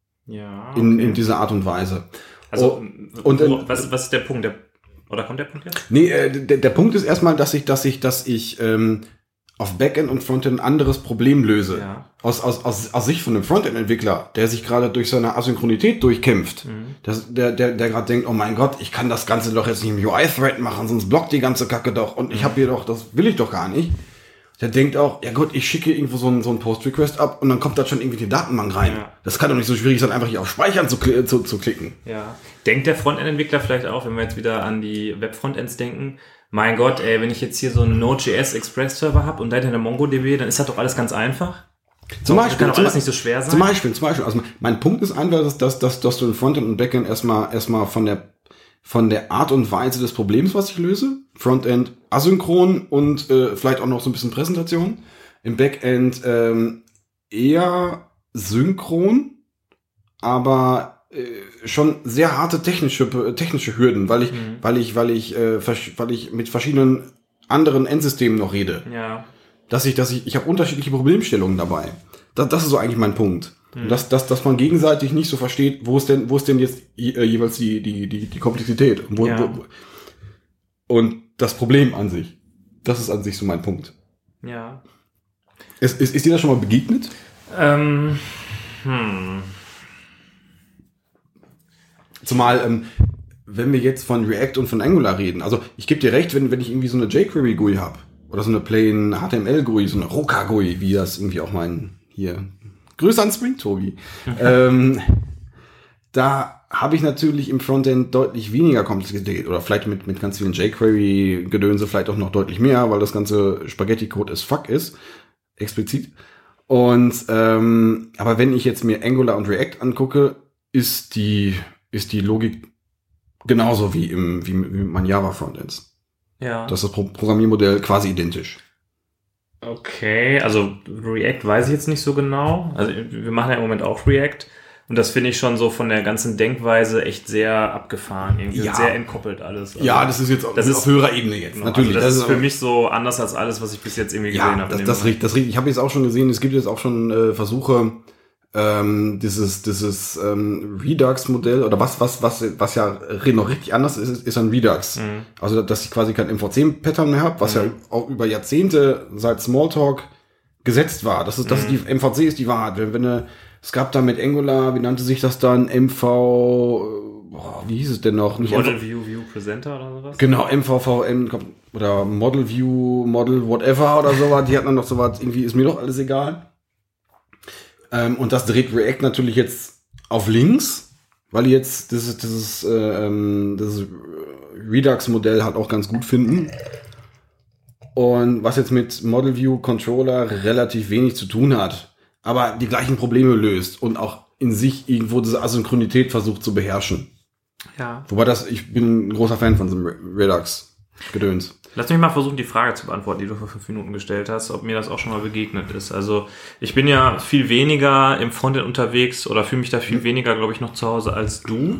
Ja. in, okay. in dieser Art und Weise. Also, Oh, und, und, äh, was, was ist der Punkt? Der, oder kommt der Punkt jetzt? Nee, äh, der, der Punkt ist erstmal, dass ich, dass ich, dass ich ähm, auf Backend und Frontend ein anderes Problem löse. Ja. Aus, aus, aus, aus Sicht von einem Frontend-Entwickler, der sich gerade durch seine Asynchronität durchkämpft, Mhm. das, der, der, der gerade denkt, oh mein Gott, ich kann das Ganze doch jetzt nicht im U I-Thread machen, sonst blockt die ganze Kacke doch und ich habe hier doch, das will ich doch gar nicht. Der denkt auch, ja gut, ich schicke irgendwo so einen, so einen Post-Request ab und dann kommt da schon irgendwie die Datenbank rein. Ja. Das kann doch nicht so schwierig sein, einfach hier auf Speichern zu, zu, zu klicken. Ja. Denkt der Frontend-Entwickler vielleicht auch, wenn wir jetzt wieder an die Web-Frontends denken, mein Gott, ey, wenn ich jetzt hier so einen Node.js Express-Server habe und dahinter eine MongoDB, dann ist das doch alles ganz einfach. Zum Beispiel, das kann doch zum alles nicht so schwer sein. Zum Beispiel, zum Beispiel. Also mein Punkt ist einfach, dass, dass, dass, dass du im Frontend und Backend erstmal, erstmal von der von der Art und Weise des Problems, was ich löse, Frontend asynchron und äh, vielleicht auch noch so ein bisschen Präsentation, im Backend ähm, eher synchron, aber äh, schon sehr harte technische technische Hürden, weil ich mhm. weil ich weil ich äh, weil ich mit verschiedenen anderen Endsystemen noch rede. Ja. Dass ich dass ich ich habe unterschiedliche Problemstellungen dabei. Das, das ist so eigentlich mein Punkt. Und dass, dass, dass man gegenseitig nicht so versteht, wo ist denn, wo ist denn jetzt je, jeweils die, die, die, die Komplexität wo, ja. wo, und das Problem an sich. Das ist an sich so mein Punkt. Ja. Ist, ist, ist dir das schon mal begegnet? Ähm, hm. Zumal, ähm, wenn wir jetzt von React und von Angular reden, also ich gebe dir recht, wenn, wenn ich irgendwie so eine jQuery-G U I habe oder so eine plain H T M L-G U I, so eine Roca-G U I, wie das irgendwie auch mein hier Grüße an Spring, Tobi. ähm, da habe ich natürlich im Frontend deutlich weniger Komplexität oder vielleicht mit, mit ganz vielen jQuery-Gedönse vielleicht auch noch deutlich mehr, weil das ganze Spaghetti-Code as fuck ist, explizit. Und ähm, aber wenn ich jetzt mir Angular und React angucke, ist die ist die Logik genauso wie im wie, wie mit meinen Java-Frontends. Ja. Das ist das Pro- Programmiermodell quasi identisch. Okay, also React weiß ich jetzt nicht so genau. Also wir machen ja im Moment auch React und das finde ich schon so von der ganzen Denkweise echt sehr abgefahren, irgendwie ja. sehr entkoppelt alles. Also ja, das ist jetzt das auf ist, höherer Ebene jetzt. Genau, natürlich. Also das, das ist für mich so anders als alles, was ich bis jetzt irgendwie gesehen ja, habe. Das, das riecht, das riecht. Ich habe jetzt auch schon gesehen, es gibt jetzt auch schon äh, Versuche, ähm, dieses dieses ähm, Redux-Modell oder was was was was ja noch richtig anders ist, ist ein Redux. Mhm. Also dass ich quasi kein M V C-Pattern mehr habe, was mhm. ja auch über Jahrzehnte seit Smalltalk gesetzt war. Das ist das mhm. ist die M V C ist die Wahrheit. Wenn, wenn eine, es gab da mit Angular, wie nannte sich das dann, M V, boah, wie hieß es denn noch? Nicht Model M V, View View Presenter oder sowas? Genau, M V V M oder Model View Model whatever oder sowas. Die hatten dann noch sowas. Irgendwie ist mir doch alles egal. Ähm, und das dreht React natürlich jetzt auf links, weil die jetzt dieses, dieses, äh, dieses Redux-Modell halt auch ganz gut finden. Und was jetzt mit Model View Controller relativ wenig zu tun hat, aber die gleichen Probleme löst und auch in sich irgendwo diese Asynchronität versucht zu beherrschen. Ja. Wobei das, ich bin ein großer Fan von diesem Redux-Gedöns. Lass mich mal versuchen, die Frage zu beantworten, die du vor fünf Minuten gestellt hast, ob mir das auch schon mal begegnet ist. Also ich bin ja viel weniger im Frontend unterwegs oder fühle mich da viel weniger, glaube ich, noch zu Hause als du.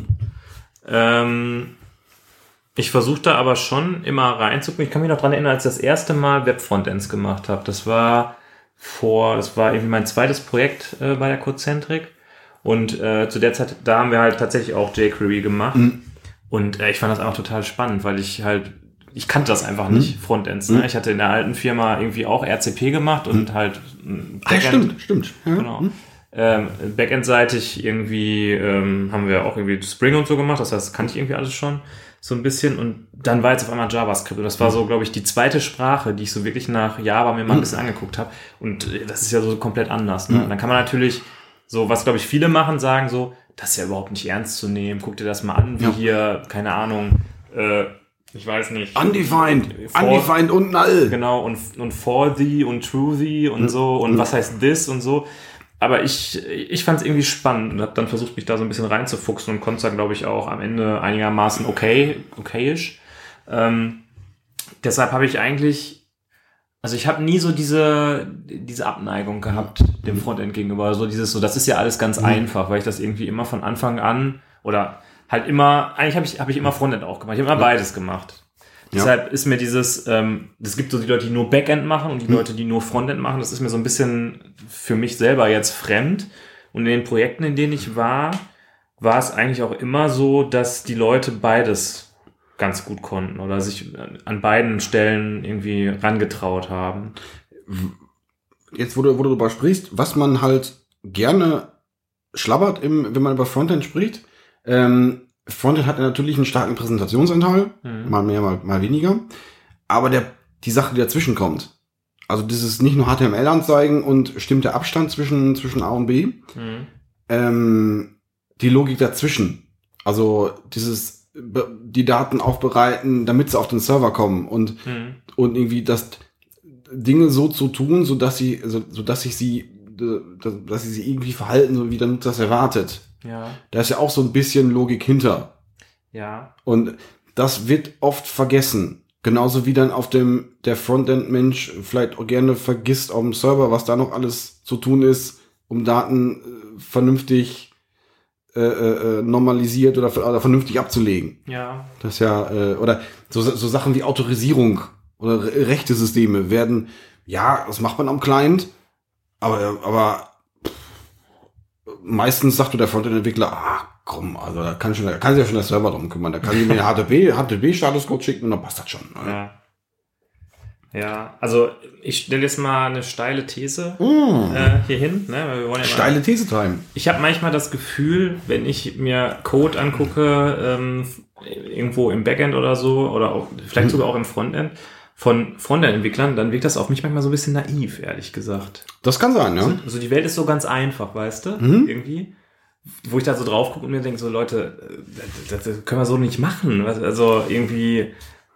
Ähm, ich versuche da aber schon immer reinzugucken. Ich kann mich noch dran erinnern, als ich das erste Mal Web-Frontends gemacht habe. Das war vor, das war irgendwie mein zweites Projekt äh, bei der Codecentric. Und äh, zu der Zeit, da haben wir halt tatsächlich auch jQuery gemacht. Mhm. Und äh, ich fand das einfach total spannend, weil ich halt Ich kannte das einfach nicht, mhm. Frontends. Ne? Ich hatte in der alten Firma irgendwie auch R C P gemacht und mhm. halt Backend. Ah, stimmt, stimmt. Ja. Genau. Mhm. Ähm, Backend-seitig irgendwie ähm, haben wir auch irgendwie Spring und so gemacht. Das heißt, das kannte ich irgendwie alles schon so ein bisschen. Und dann war jetzt auf einmal JavaScript. Und das war so, glaube ich, die zweite Sprache, die ich so wirklich nach Java mir mal ein bisschen angeguckt habe. Und das ist ja so komplett anders. Ne? Mhm. Dann kann man natürlich so, was glaube ich viele machen, sagen so, das ist ja überhaupt nicht ernst zu nehmen. Guck dir das mal an, wie ja. hier, keine Ahnung, äh, ich weiß nicht. Undefined. For, Undefined und null. Genau, und, und for thee und true thee und mhm. so und mhm. was heißt this und so. Aber ich, ich fand es irgendwie spannend und habe dann versucht, mich da so ein bisschen reinzufuchsen und konnte es dann, glaube ich, auch am Ende einigermaßen okay, okayisch. Ähm, deshalb habe ich eigentlich, also ich habe nie so diese, diese Abneigung gehabt dem Frontend gegenüber. So dieses, so, das ist ja alles ganz mhm. einfach, weil ich das irgendwie immer von Anfang an oder halt immer, eigentlich habe ich, hab ich immer Frontend auch gemacht. Ich habe immer ja. beides gemacht. Ja. Deshalb ist mir dieses, ähm, es gibt so die Leute, die nur Backend machen und die hm. Leute, die nur Frontend machen. Das ist mir so ein bisschen für mich selber jetzt fremd. Und in den Projekten, in denen ich war, war es eigentlich auch immer so, dass die Leute beides ganz gut konnten oder sich an beiden Stellen irgendwie rangetraut haben. Jetzt, wo du, wo du darüber sprichst, was man halt gerne schlabbert, im, wenn man über Frontend spricht, ähm, Frontend hat natürlich einen starken Präsentationsanteil, mhm. mal mehr, mal, mal weniger. Aber der, die Sache, die dazwischen kommt, also dieses nicht nur H T M L anzeigen und stimmt der Abstand zwischen, zwischen A und B, mhm. ähm, die Logik dazwischen. Also dieses, die Daten aufbereiten, damit sie auf den Server kommen und, mhm. und irgendwie das Dinge so zu tun, so dass sie, so, so dass ich sie, dass sie sie irgendwie verhalten, so wie der Nutzer das erwartet. Ja. Da ist ja auch so ein bisschen Logik hinter. Ja. Und das wird oft vergessen. Genauso wie dann auf dem, der Frontend-Mensch vielleicht auch gerne vergisst auf dem Server, was da noch alles zu tun ist, um Daten äh, vernünftig äh, äh, normalisiert oder, oder vernünftig abzulegen. Ja. Das ist ja, äh, oder so, so Sachen wie Autorisierung oder Re- Rechtesysteme werden, ja, das macht man am Client, aber, aber meistens sagt du der Frontend-Entwickler, ah, komm, also da kann, schon, da kann sich ja schon der Server drum kümmern. Da kann ich mir H T T P, H T T P-Statuscode schicken und dann passt das schon. Ne? Ja. Ja, also ich stelle jetzt mal eine steile These mm. äh, hier hin. Ne? Weil wir wollen ja steile These-Time. Ich habe manchmal das Gefühl, wenn ich mir Code angucke, ähm, irgendwo im Backend oder so, oder auch, vielleicht mm. sogar auch im Frontend, von Frontend-Entwicklern, dann wirkt das auf mich manchmal so ein bisschen naiv, ehrlich gesagt. Das kann sein, ja. Also, also die Welt ist so ganz einfach, weißt du, mhm. irgendwie. Wo ich da so drauf gucke und mir denke, so Leute, das, das können wir so nicht machen. Also irgendwie,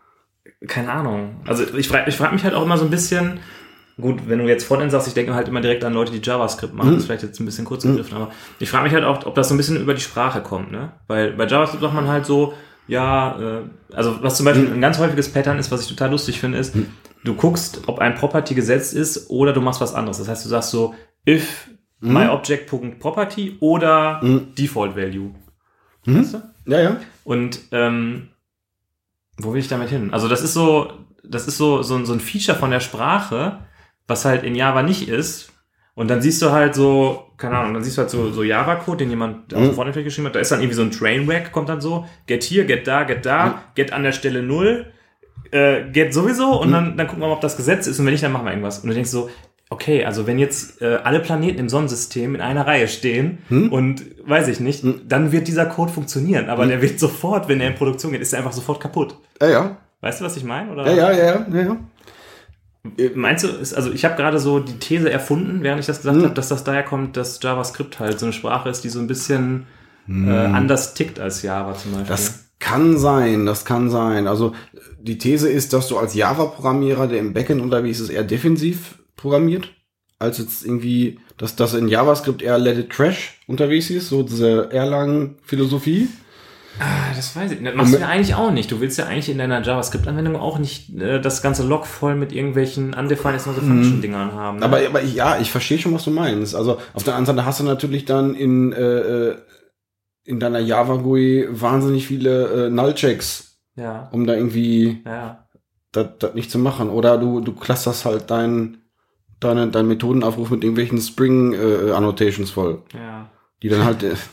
keine Ahnung. Also ich frage ich frag mich halt auch immer so ein bisschen, gut, wenn du jetzt Frontend sagst, ich denke halt immer direkt an Leute, die JavaScript machen. Mhm. Das ist vielleicht jetzt ein bisschen kurz gegriffen, mhm. aber ich frage mich halt auch, ob das so ein bisschen über die Sprache kommt, ne? Weil bei JavaScript sagt man halt so, ja, äh, also was zum Beispiel mhm. ein ganz häufiges Pattern ist, was ich total lustig finde, ist, mhm. du guckst, ob ein Property gesetzt ist oder du machst was anderes. Das heißt, du sagst so, if mhm. myObject.property oder mhm. Default Value. Mhm. Weißt du? Ja, ja. Und ähm, wo will ich damit hin? Also das ist so, das ist so, so, so ein Feature von der Sprache, was halt in Java nicht ist. Und dann siehst du halt so, keine Ahnung, dann siehst du halt so, so Java-Code, den jemand auf dem Frontend geschrieben hat. Da ist dann irgendwie so ein Trainwreck, kommt dann so, get hier, get da, get da, mhm. get an der Stelle null, äh, get sowieso. Und mhm. dann, dann gucken wir mal, ob das Gesetz ist. Und wenn nicht, dann machen wir irgendwas. Und du denkst so, okay, also wenn jetzt äh, alle Planeten im Sonnensystem in einer Reihe stehen hm? und weiß ich nicht, hm? dann wird dieser Code funktionieren. Aber hm? der wird sofort, wenn er in Produktion geht, ist er einfach sofort kaputt. Ja, ja. Weißt du, was ich meine? Oder? Ja, ja, ja, ja, ja. Meinst du, ist, also ich habe gerade so die These erfunden, während ich das gesagt hm. habe, dass das daher kommt, dass JavaScript halt so eine Sprache ist, die so ein bisschen hm. äh, anders tickt als Java zum Beispiel. Das kann sein, das kann sein. Also die These ist, dass du als Java-Programmierer, der im Backend unterwegs ist, eher defensiv programmiert, als jetzt irgendwie, dass das in JavaScript eher Let It Crash unterwegs ist, so diese Erlang-Philosophie. Ah, das weiß ich nicht. Das machst du ja eigentlich auch nicht. Du willst ja eigentlich in deiner JavaScript-Anwendung auch nicht äh, das ganze Log voll mit irgendwelchen undefined Function-Dingern haben. Ne? Aber, aber ich, ja, ich verstehe schon, was du meinst. Also auf der anderen Seite hast du natürlich dann in, äh, in deiner Java-G U I wahnsinnig viele äh, Null-Checks, ja. um da irgendwie ja. das, das nicht zu machen. Oder du, du clusterst halt dein deine, dein Methodenaufruf mit irgendwelchen Spring-Annotations äh, voll. Ja. Die dann halt... Äh,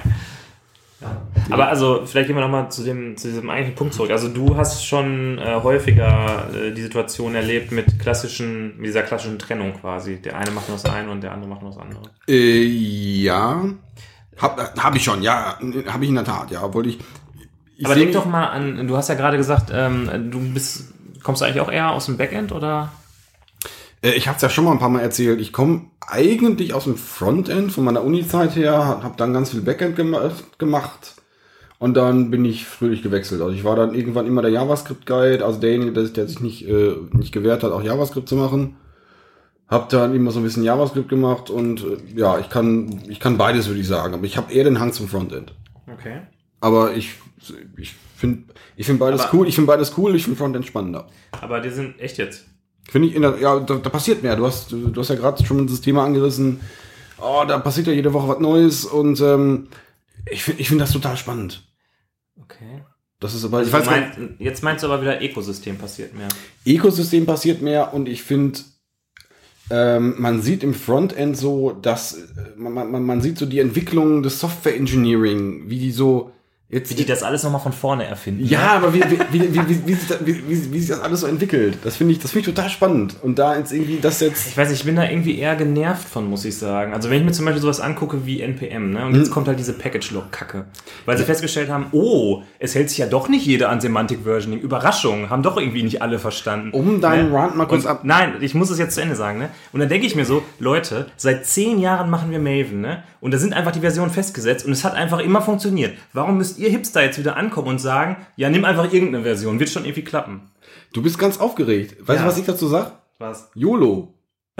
ja. Aber also, vielleicht gehen wir nochmal zu dem, zu diesem eigentlichen Punkt zurück. Also du hast schon äh, häufiger äh, die Situation erlebt mit klassischen, mit dieser klassischen Trennung quasi. Der eine macht nur das eine und der andere macht nur das andere. Äh, ja. Hab, hab ich schon, ja. Hab ich in der Tat, ja. Obwohl ich... ich Aber denk doch mal an, du hast ja gerade gesagt, ähm, du bist, kommst du eigentlich auch eher aus dem Backend, oder... Ich habe es ja schon mal ein paar Mal erzählt. Ich komme eigentlich aus dem Frontend von meiner Uni-Zeit her, habe dann ganz viel Backend gem- gemacht und dann bin ich fröhlich gewechselt. Also ich war dann irgendwann immer der JavaScript-Guide, also derjenige, der, der sich nicht, äh, nicht gewehrt hat, auch JavaScript zu machen. Hab dann immer so ein bisschen JavaScript gemacht und äh, ja, ich kann ich kann beides, würde ich sagen. Aber ich habe eher den Hang zum Frontend. Okay. Aber ich ich finde ich finde beides aber, cool. Ich finde beides cool. Ich finde Frontend spannender. Aber die sind echt jetzt. Finde ich, in der, ja, da, da passiert mehr. Du hast, du, du hast ja gerade schon das Thema angerissen. Oh, da passiert ja jede Woche was Neues und ähm, ich finde, ich finde das total spannend. Okay. Das ist aber, also ich weiß meinst, jetzt meinst du aber wieder, Ökosystem passiert mehr. Ökosystem passiert mehr und ich finde, ähm, man sieht im Frontend so, dass man, man, man sieht so die Entwicklung des Software Engineering, wie die so Jetzt, Wie die das alles nochmal von vorne erfinden. ja, ne? aber wie, wie, wie, wie, wie, wie, sich da, wie, wie, wie sich das alles so entwickelt, das finde ich, das finde ich total spannend. Und da jetzt irgendwie das jetzt... Ich weiß nicht, ich bin da irgendwie eher genervt von, muss ich sagen. Also wenn ich mir zum Beispiel sowas angucke wie N P M, ne, und jetzt Hm. kommt halt diese Package-Lock-Kacke. Weil sie festgestellt haben, oh, es hält sich ja doch nicht jeder an Semantic Versioning. Überraschung, haben doch irgendwie nicht alle verstanden. Um deinen ne? Rant mal kurz Und, ab... Nein, ich muss es jetzt zu Ende sagen, ne? Und dann denke ich mir so, Leute, seit zehn Jahren machen wir Maven, ne? Und da sind einfach die Versionen festgesetzt und es hat einfach immer funktioniert. Warum müsst ihr Hipster jetzt wieder ankommen und sagen, ja, nimm einfach irgendeine Version, wird schon irgendwie klappen. Du bist ganz aufgeregt. Weißt Ja. du, was ich dazu sag? Was? YOLO.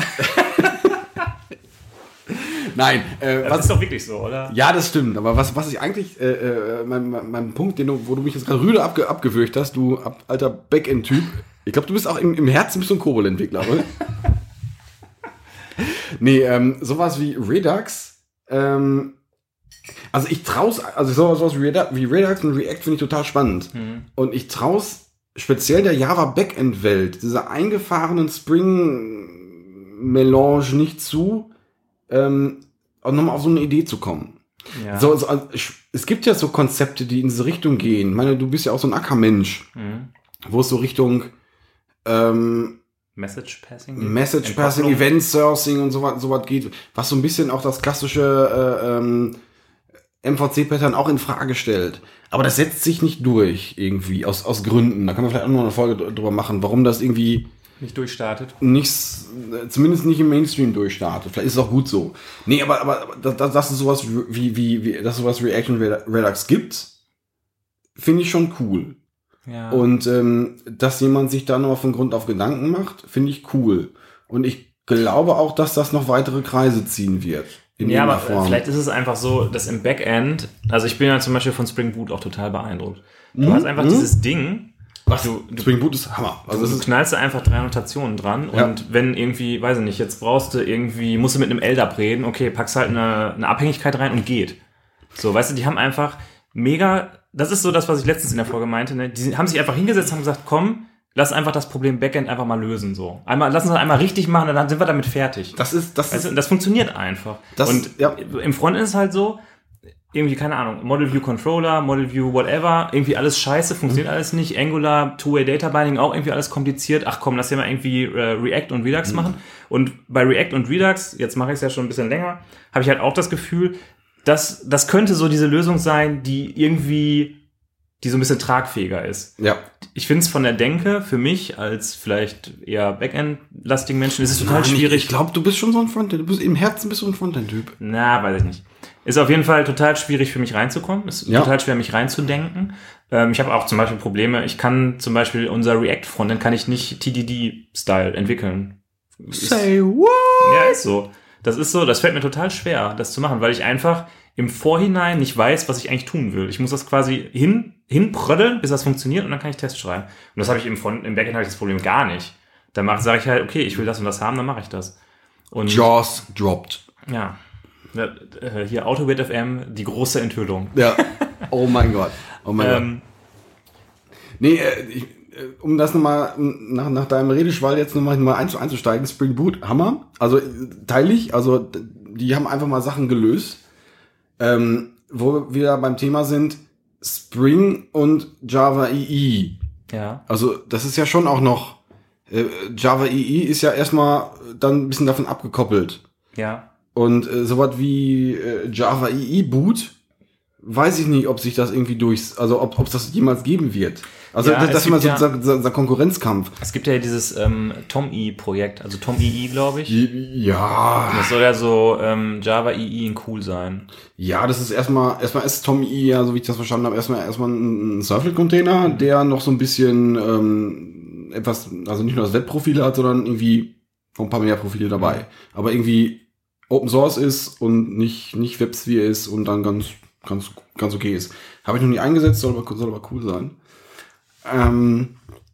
Nein, äh, Das was... ist doch wirklich so, oder? Ja, das stimmt. Aber was, was ich eigentlich, äh, äh, mein, mein, mein Punkt, den du, wo du mich jetzt gerade rüde abge, abgewürgt hast, du ab, alter Backend-Typ. Ich glaube, du bist auch im, im Herzen bist du ein Kobol-Entwickler, oder? Nee, ähm, sowas wie Redux, ähm, also ich trau's, also sowas, sowas wie Redux, wie Redux und React finde ich total spannend. Mhm. Und ich trau's speziell der Java-Backend-Welt, dieser eingefahrenen Spring-Melange nicht zu, ähm, auch nochmal auf so eine Idee zu kommen. Ja. So, so, also, ich- es gibt ja so Konzepte, die in diese Richtung gehen. Ich meine, du bist ja auch so ein Ackermensch, Mhm. wo es so Richtung ähm, Message Passing? Message Passing, Entkopplung? Event Sourcing und so was so was geht, was so ein bisschen auch das klassische äh, ähm, M V C-Pattern auch in Frage stellt. Aber das setzt sich nicht durch irgendwie, aus, aus Gründen. Da kann man vielleicht auch noch eine Folge dr- drüber machen, warum das irgendwie Nicht durchstartet. nichts, äh, zumindest nicht im Mainstream durchstartet. Vielleicht ist es auch gut so. Nee, aber, aber aber dass, dass dass es sowas wie, wie, wie, dass es sowas wie React und Redux gibt, finde ich schon cool. Ja. Und ähm, dass jemand sich da noch von Grund auf Gedanken macht, finde ich cool. Und ich glaube auch, dass das noch weitere Kreise ziehen wird. In ja, aber irgendeiner Form. vielleicht ist es einfach so, dass im Backend, also ich bin ja zum Beispiel von Spring Boot auch total beeindruckt. Du Mhm. hast einfach Mhm. dieses Ding, Was? du, du, Spring Boot ist Hammer. Also das du ist, knallst da einfach drei Notationen dran Ja. und wenn irgendwie, weiß ich nicht, jetzt brauchst du irgendwie, musst du mit einem L D A P reden, okay, packst halt eine, eine Abhängigkeit rein und geht. So, weißt du, die haben einfach mega, das ist so das, was ich letztens in der Folge meinte, ne? Die haben sich einfach hingesetzt und haben gesagt, komm, lass einfach das Problem Backend einfach mal lösen, so. Einmal, lass uns das einmal richtig machen und dann sind wir damit fertig. das ist, das Weißt ist, du, das funktioniert einfach. Das- und ja. im Frontend ist es halt so, irgendwie, keine Ahnung, Model View Controller, Model View whatever, irgendwie alles scheiße, funktioniert alles nicht. Angular, Two-Way Data Binding, auch irgendwie alles kompliziert. Ach komm, lass ja mal irgendwie äh, React und Redux machen. Und bei React und Redux, jetzt mache ich es ja schon ein bisschen länger, habe ich halt auch das Gefühl, dass das könnte so diese Lösung sein, die irgendwie, die so ein bisschen tragfähiger ist. ja. Ich finde es von der Denke für mich als vielleicht eher Backend-lastigen Menschen, ist es total Nein, schwierig. Ich, ich glaube, du bist schon so ein Frontend. Du bist im Herzen bist du ein Frontend-Typ. Na, weiß ich nicht. Ist auf jeden Fall total schwierig für mich reinzukommen. Ist Ja. total schwer, mich reinzudenken. Ähm, ich habe auch zum Beispiel Probleme. Ich kann zum Beispiel unser React-Frontend kann ich nicht T D D-Style entwickeln. Ist, Say what? ja, ist so. Das ist so, das fällt mir total schwer, das zu machen, weil ich einfach im Vorhinein nicht weiß, was ich eigentlich tun will. Ich muss das quasi hin, hinpröddeln, bis das funktioniert und dann kann ich Tests schreiben. Und das habe ich im, Front, im Backend habe ich das Problem gar nicht. Da sage ich halt, okay, ich will das und das haben, dann mache ich das. Und Jaws dropped. ja, Ja, äh, hier AutoWait F M, die große Enthüllung. Ja. Oh mein Gott. Oh mein Gott. Ähm, Nee, äh, ich, äh, um das nochmal, nach, nach deinem Redeschwall jetzt nochmal mal ein, einzusteigen, Spring Boot, Hammer. Also äh, teile ich, also d- die haben einfach mal Sachen gelöst. Ähm, wo wir beim Thema sind, Spring und Java E E. ja, Also das ist ja schon auch noch, äh, Java E E ist ja erstmal dann ein bisschen davon abgekoppelt. ja. Und äh, sowas wie äh, Java E E Boot, weiß ich nicht, ob sich das irgendwie durch, also ob es das jemals geben wird. Also Ja, das, es das ist immer so, gibt ja- so, so, so ein Konkurrenzkampf. Es gibt ja dieses ähm, Tom E-Projekt, also Tom E E, glaube ich. Ja, Das soll ja so ähm, Java E E in cool sein. ja, das ist erstmal, erstmal ist Tom E, ja, so wie ich das verstanden habe, erstmal erstmal ein, ein Servlet-Container, der noch so ein bisschen ähm, etwas, also nicht nur das Webprofile hat, sondern irgendwie noch ein paar mehr Profile dabei. Aber irgendwie Open Source ist und nicht nicht WebSphere ist und dann ganz ganz ganz okay ist. Habe ich noch nie eingesetzt, soll aber, soll aber cool sein. Ähm,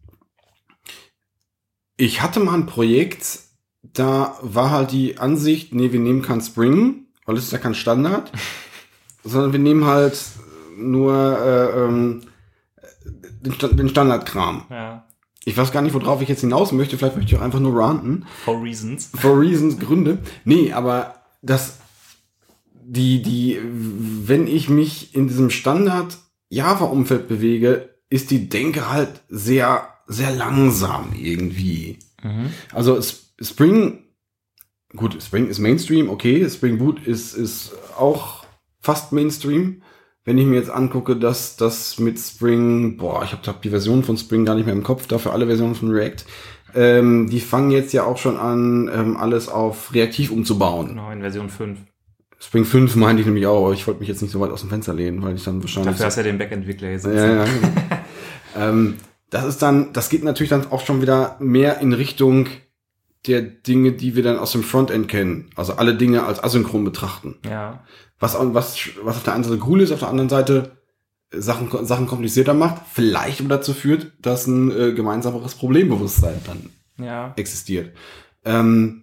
ich hatte mal ein Projekt, da war halt die Ansicht, nee, wir nehmen kein Spring, weil es ist ja kein Standard, sondern wir nehmen halt nur äh, ähm, den, Sta- den Standardkram. Ja. Ich weiß gar nicht, worauf ich jetzt hinaus möchte, vielleicht möchte ich auch einfach nur ranten. For reasons. For reasons, Gründe. Nee, aber das, die, die, wenn ich mich in diesem Standard Java-Umfeld bewege, ist die Denke halt sehr, sehr langsam irgendwie. Mhm. Also Spring, gut, Spring ist Mainstream, okay, Spring Boot ist, ist auch fast Mainstream. Wenn ich mir jetzt angucke, dass das mit Spring, boah, ich habe hab die Version von Spring gar nicht mehr im Kopf, dafür alle Versionen von React, ähm, die fangen jetzt ja auch schon an, ähm, alles auf reaktiv umzubauen. Genau, in Version fünf. Spring fünf meinte ich nämlich auch, aber ich wollte mich jetzt nicht so weit aus dem Fenster lehnen, weil ich dann wahrscheinlich... Dafür hast du ja den Backentwickler jetzt. Ja, ja, genau. ähm, das ist dann, das geht natürlich dann auch schon wieder mehr in Richtung der Dinge, die wir dann aus dem Frontend kennen. Also alle Dinge als asynchron betrachten. Ja. Was, was, was auf der einen Seite cool ist, auf der anderen Seite Sachen, Sachen komplizierter macht, vielleicht aber dazu führt, dass ein äh, gemeinsameres Problembewusstsein dann ja. existiert. Ähm,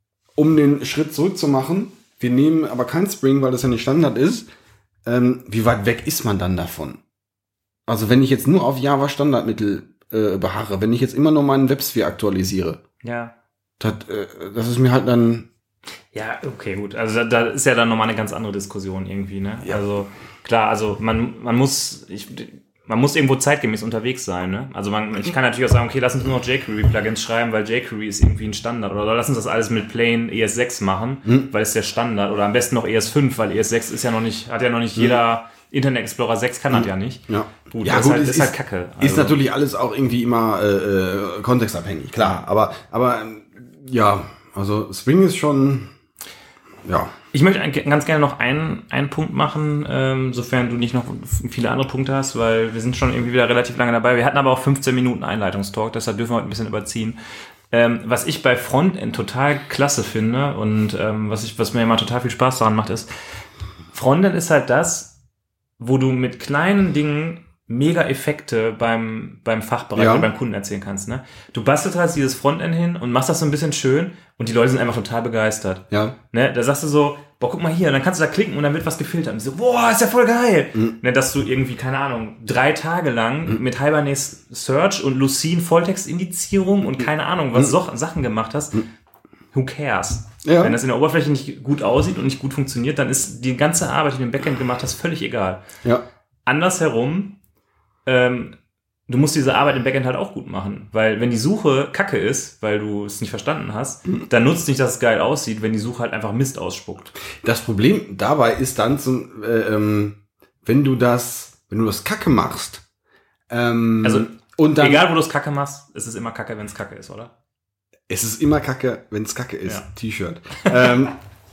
um den Schritt zurückzumachen, wir nehmen aber kein Spring, weil das ja nicht Standard ist. Ähm, wie weit weg ist man dann davon? Also wenn ich jetzt nur auf Java Standardmittel äh, beharre, wenn ich jetzt immer nur meinen WebSphere aktualisiere, ja. das, äh, das ist mir halt dann... Ja, okay, gut. Also da, da ist ja dann nochmal eine ganz andere Diskussion irgendwie, ne? Ja. Also klar, also man man muss ich, man muss irgendwo zeitgemäß unterwegs sein, ne? Also man ich kann natürlich auch sagen, okay, lass uns nur noch jQuery-Plugins schreiben, weil jQuery ist irgendwie ein Standard. Oder lass uns das alles mit Plain E S sechs machen, hm. weil es der Standard. Oder am besten noch E S fünf, weil E S sechs ist ja noch nicht, hat ja noch nicht hm. jeder... Internet Explorer sechs kann das ja nicht. Ja, gut, ja, das gut, ist, halt, ist, ist halt Kacke. Also. Ist natürlich alles auch irgendwie immer äh, äh, kontextabhängig, klar. Aber, aber ja, also Spring ist schon, ja. Ich möchte ganz gerne noch einen, einen Punkt machen, ähm, sofern du nicht noch viele andere Punkte hast, weil wir sind schon irgendwie wieder relativ lange dabei. Wir hatten aber auch fünfzehn Minuten Einleitungstalk, deshalb dürfen wir heute ein bisschen überziehen. Ähm, was ich bei Frontend total klasse finde und ähm, was, ich, was mir immer total viel Spaß daran macht, ist, Frontend ist halt das, wo du mit kleinen Dingen mega Effekte beim, beim Fachbereich ja. oder beim Kunden erzielen kannst, ne? Du bastelst halt dieses Frontend hin und machst das so ein bisschen schön und die Leute sind einfach total begeistert. Ja. Ne? Da sagst du so, boah, guck mal hier, und dann kannst du da klicken und dann wird was gefiltert. Und die so, boah, ist ja voll geil. Mhm. Ne, dass du irgendwie, keine Ahnung, drei Tage lang mhm. mit Hibernate Search und Lucene Volltextindizierung und keine Ahnung, was mhm. so, Sachen gemacht hast. Mhm. Who cares? Ja. Wenn das in der Oberfläche nicht gut aussieht und nicht gut funktioniert, dann ist die ganze Arbeit, die du im Backend gemacht hast, völlig egal. Ja. Andersherum, ähm, du musst diese Arbeit im Backend halt auch gut machen. Weil wenn die Suche kacke ist, weil du es nicht verstanden hast, mhm. dann nutzt nicht, dass es geil aussieht, wenn die Suche halt einfach Mist ausspuckt. Das Problem dabei ist dann, zum, äh, ähm, wenn du das, wenn du das kacke machst, ähm, also und dann, egal wo du es kacke machst, ist es immer kacke, wenn es kacke ist, oder? Es ist immer kacke, wenn es kacke ist. Ja. T-Shirt. ähm,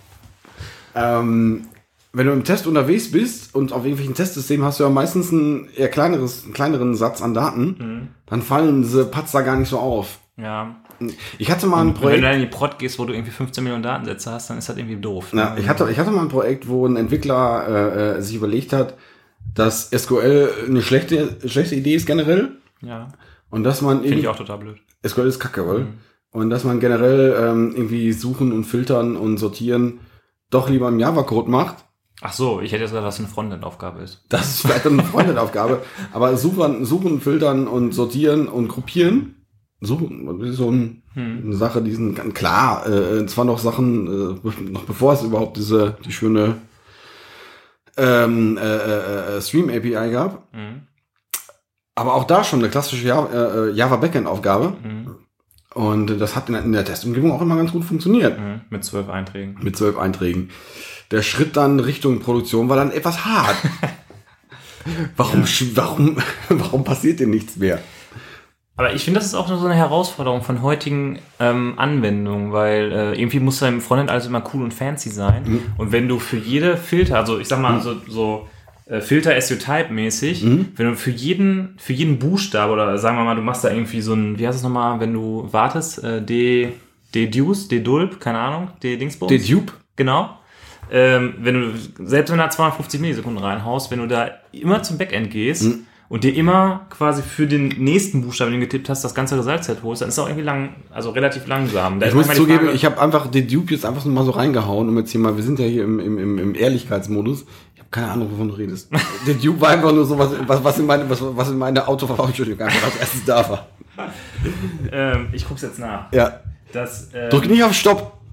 ähm, wenn du im Test unterwegs bist und auf irgendwelchen Testsystemen hast du ja meistens ein eher kleineres, einen kleineren Satz an Daten, mhm. dann fallen diese Patzer gar nicht so auf. Ja. Ich hatte mal ein und Projekt... Wenn du dann in die Prod gehst, wo du irgendwie fünfzehn Millionen Datensätze hast, dann ist das irgendwie doof. Ja, ich hatte, ich hatte mal ein Projekt, wo ein Entwickler äh, sich überlegt hat, dass S Q L eine schlechte, schlechte Idee ist generell. Ja. Und dass man... Finde ich auch total blöd. S Q L ist kacke, weil... Mhm. Und dass man generell ähm, irgendwie suchen und filtern und sortieren doch lieber im Java-Code macht. Ach so, ich hätte jetzt gesagt, dass das eine Frontend-Aufgabe ist. Das ist vielleicht eine Frontend-Aufgabe. Aber suchen, suchen, filtern und sortieren und gruppieren, suchen, das ist so ein, hm. eine Sache, die sind ganz klar, äh, zwar noch Sachen, äh, noch bevor es überhaupt diese die schöne ähm, äh, äh, Stream-A P I gab. Hm. Aber auch da schon eine klassische Java, äh, Java-Backend-Aufgabe. Hm. Und das hat in der, in der Testumgebung auch immer ganz gut funktioniert. Mhm, mit zwölf Einträgen. Mit zwölf Einträgen. Der Schritt dann Richtung Produktion war dann etwas hart. warum, ja. warum, warum passiert denn nichts mehr? Aber ich finde, das ist auch so eine Herausforderung von heutigen ähm, Anwendungen, weil äh, irgendwie muss da im Frontend alles immer cool und fancy sein. Mhm. Und wenn du für jede Filter, also ich sag mal, mhm. so, so Filter S U Type mäßig, mhm. wenn du für jeden für jeden Buchstabe oder sagen wir mal, du machst da irgendwie so ein, wie heißt es nochmal, wenn du wartest, äh, D, Deduce, Dedulp, keine Ahnung, D-Dingsbums. Dedupe. Genau. Ähm, wenn du, selbst wenn du da zweihundertfünfzig Millisekunden reinhaust, wenn du da immer zum Backend gehst mhm. und dir immer quasi für den nächsten Buchstaben, den du getippt hast, das ganze Resultset holst, dann ist es auch irgendwie lang, also relativ langsam. Da ich muss zugeben, Frage, ich habe einfach Dedupe jetzt einfach mal so reingehauen, um jetzt hier mal, wir sind ja hier im, im, im Ehrlichkeitsmodus. Keine Ahnung, wovon du redest. Der Duke war einfach nur so, was, was, was in meine, was, was in meine Autoverfahrensentschuldigung einfach als erstes da war. ähm, ich guck's jetzt nach. Ja. Das, ähm, drück nicht auf Stopp.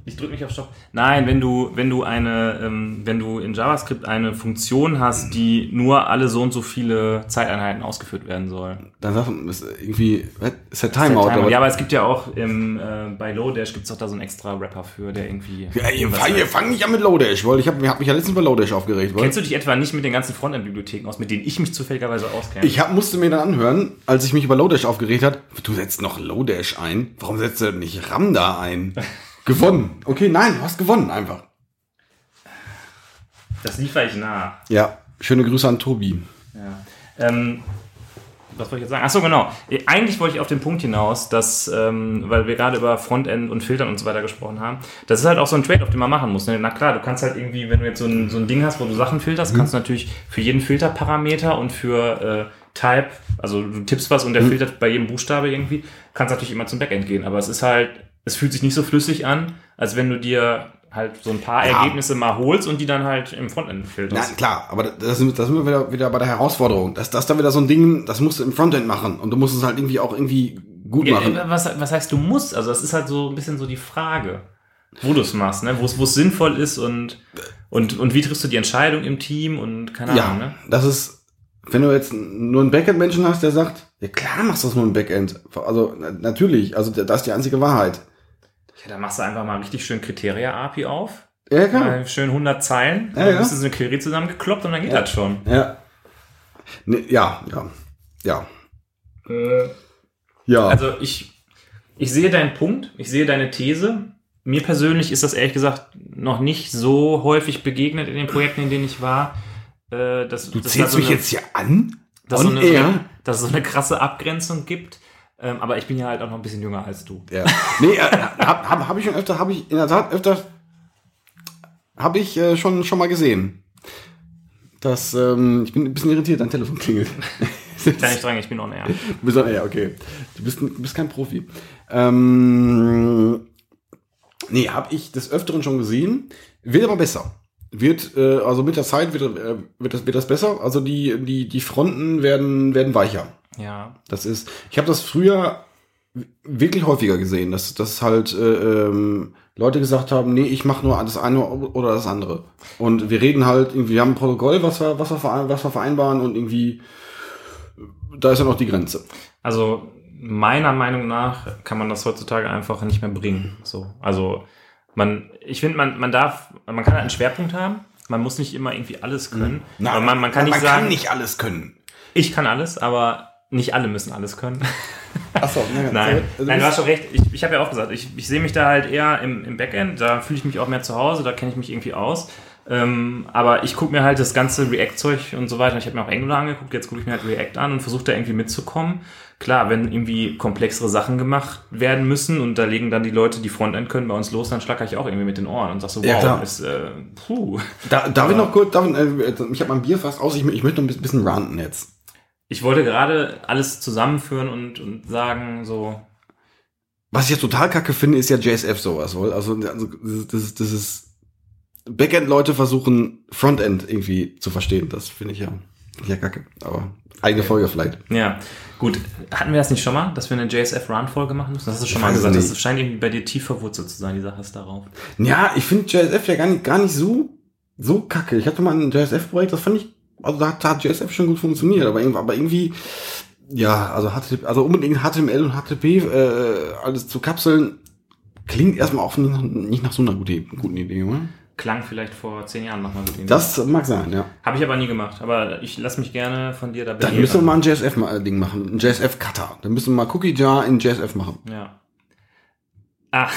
Ich drücke mich auf Stopp. Nein, wenn du, wenn du eine, ähm, wenn du in JavaScript eine Funktion hast, die nur alle so und so viele Zeiteinheiten ausgeführt werden soll. Dann sagt man, ist irgendwie, ist der Timeout. Timeout. Aber Ja, aber es gibt ja auch im, äh, bei Lodash gibt's doch da so einen extra Rapper für, der irgendwie... ja, ihr fang, ihr fang nicht an mit Lodash, weil ich habe hab mich ja letztens bei Lodash aufgeregt. Weil Kennst du dich etwa nicht mit den ganzen Frontend-Bibliotheken aus, mit denen ich mich zufälligerweise auskenne? ich hab, musste mir dann anhören, als ich mich über Lodash aufgeregt hat, du setzt noch Lodash ein, warum setzt du nicht Ramda ein? Gewonnen. Okay, nein, du hast gewonnen einfach. Das liefere ich nach. Ja, schöne Grüße an Tobi. Ja. Ähm, was wollte ich jetzt sagen? Achso, genau. Eigentlich wollte ich auf den Punkt hinaus, dass, ähm, weil wir gerade über Frontend und Filtern und so weiter gesprochen haben, das ist halt auch so ein Trade-off, den man machen muss. Ne? Na klar, du kannst halt irgendwie, wenn du jetzt so ein, so ein Ding hast, wo du Sachen filterst, mhm. kannst du natürlich für jeden Filterparameter und für äh, Type, also du tippst was und der mhm. filtert bei jedem Buchstabe irgendwie, kannst natürlich immer zum Backend gehen. Aber es ist halt, es fühlt sich nicht so flüssig an, als wenn du dir halt so ein paar ja. Ergebnisse mal holst und die dann halt im Frontend filterst. Ja, klar, aber das sind, das sind wir wieder, wieder bei der Herausforderung. Das, das ist dann wieder so ein Ding, das musst du im Frontend machen und du musst es halt irgendwie auch irgendwie gut ja, machen. Was, was heißt du musst? Also das ist halt so ein bisschen so die Frage, wo du es machst, ne? Wo es, wo es sinnvoll ist und, und, und wie triffst du die Entscheidung im Team und keine Ahnung, ja, ne? Das ist, wenn du jetzt nur einen Backend-Menschen hast, der sagt, ja klar machst du das nur im Backend. Also natürlich, also das ist die einzige Wahrheit. Ja, da machst du einfach mal richtig schön Kriteria-A P I auf. Ja, klar. Mal schön hundert Zeilen. Ja, dann ja. bist du so eine Query zusammengekloppt und dann geht ja. das schon. Ja. Ne, ja, ja. Ja. Äh, ja. Also ich, ich sehe deinen Punkt, ich sehe deine These. Mir persönlich ist das ehrlich gesagt noch nicht so häufig begegnet in den Projekten, in denen ich war. Äh, dass, du dass zählst so mich eine, jetzt hier an? Dass, so On eine, air? dass es so eine krasse Abgrenzung gibt. Ähm, aber ich bin ja halt auch noch ein bisschen jünger als du. Ja. Nee, äh, hab, hab, hab ich schon öfter, habe ich in der Tat öfter, habe ich äh, schon schon mal gesehen. Das, ähm, ich bin ein bisschen irritiert, dein Telefon klingelt. Kann ich sagen, ich bin on air. Du bist on air, okay. Du bist, du bist kein Profi. Ähm, nee, habe ich des Öfteren schon gesehen. Wird aber besser. Wird, äh, also mit der Zeit wird, äh, wird, das, wird das besser. Also die, die, die Fronten werden, werden weicher. Ja. Das ist, ich habe das früher wirklich häufiger gesehen, dass, dass halt äh, ähm, Leute gesagt haben, nee, ich mache nur das eine oder das andere. Und wir reden halt, irgendwie, wir haben ein Protokoll, was wir, was wir, verein, was wir vereinbaren und irgendwie, da ist ja noch die Grenze. Also meiner Meinung nach kann man das heutzutage einfach nicht mehr bringen. So, also man, ich finde, man, man darf, man kann halt einen Schwerpunkt haben. Man muss nicht immer irgendwie alles können. Na, aber man, man kann man nicht sagen, kann nicht alles können. Ich kann alles, aber nicht alle müssen alles können. Achso, ne, nein, also nein, du hast schon recht. Ich, ich habe ja auch gesagt, ich, ich sehe mich da halt eher im, im Backend. Da fühle ich mich auch mehr zu Hause, da kenne ich mich irgendwie aus. Ähm, aber ich gucke mir halt das ganze React-Zeug und so weiter. Ich habe mir auch Angular angeguckt, jetzt gucke ich mir halt React an und versuche da irgendwie mitzukommen. Klar, wenn irgendwie komplexere Sachen gemacht werden müssen und da legen dann die Leute, die Frontend können, bei uns los, dann schlacker ich auch irgendwie mit den Ohren und sag so, wow, ja, ist, äh, puh. Da, darf ich noch kurz, darf, äh, ich habe mein Bier fast aus, ich, ich möchte noch ein bisschen ranten jetzt. Ich wollte gerade alles zusammenführen und, und sagen, so. Was ich jetzt total kacke finde, ist ja J S F sowas, wohl. Also, also das ist, das ist Backend-Leute versuchen, Frontend irgendwie zu verstehen. Das finde ich ja, find ich ja kacke. Aber eigene okay. Folge vielleicht. Ja, gut. Hatten wir das nicht schon mal, dass wir eine J S F-Run-Folge machen müssen? Das hast du schon ich mal gesagt. Nicht. Das scheint irgendwie bei dir tief verwurzelt zu sein, die Sache ist darauf. Ja, ich finde J S F ja gar nicht, gar nicht so, so kacke. Ich hatte mal ein J S F-Projekt, das fand ich, also da hat, da hat J S F schon gut funktioniert, aber irgendwie, aber irgendwie ja, also, also unbedingt H T M L und H T T P äh, alles zu kapseln, klingt erstmal auch nicht nach, nicht nach so einer guten, guten Idee, oder? Klang vielleicht vor zehn Jahren nochmal gut. Das mag sein, ja. Habe ich aber nie gemacht, aber ich lasse mich gerne von dir da belehren. Dann müssen wir mal ein J S F-Ding machen, ein J S F-Cutter. Dann müssen wir mal Cookie Jar in J S F machen. Ja. Ach.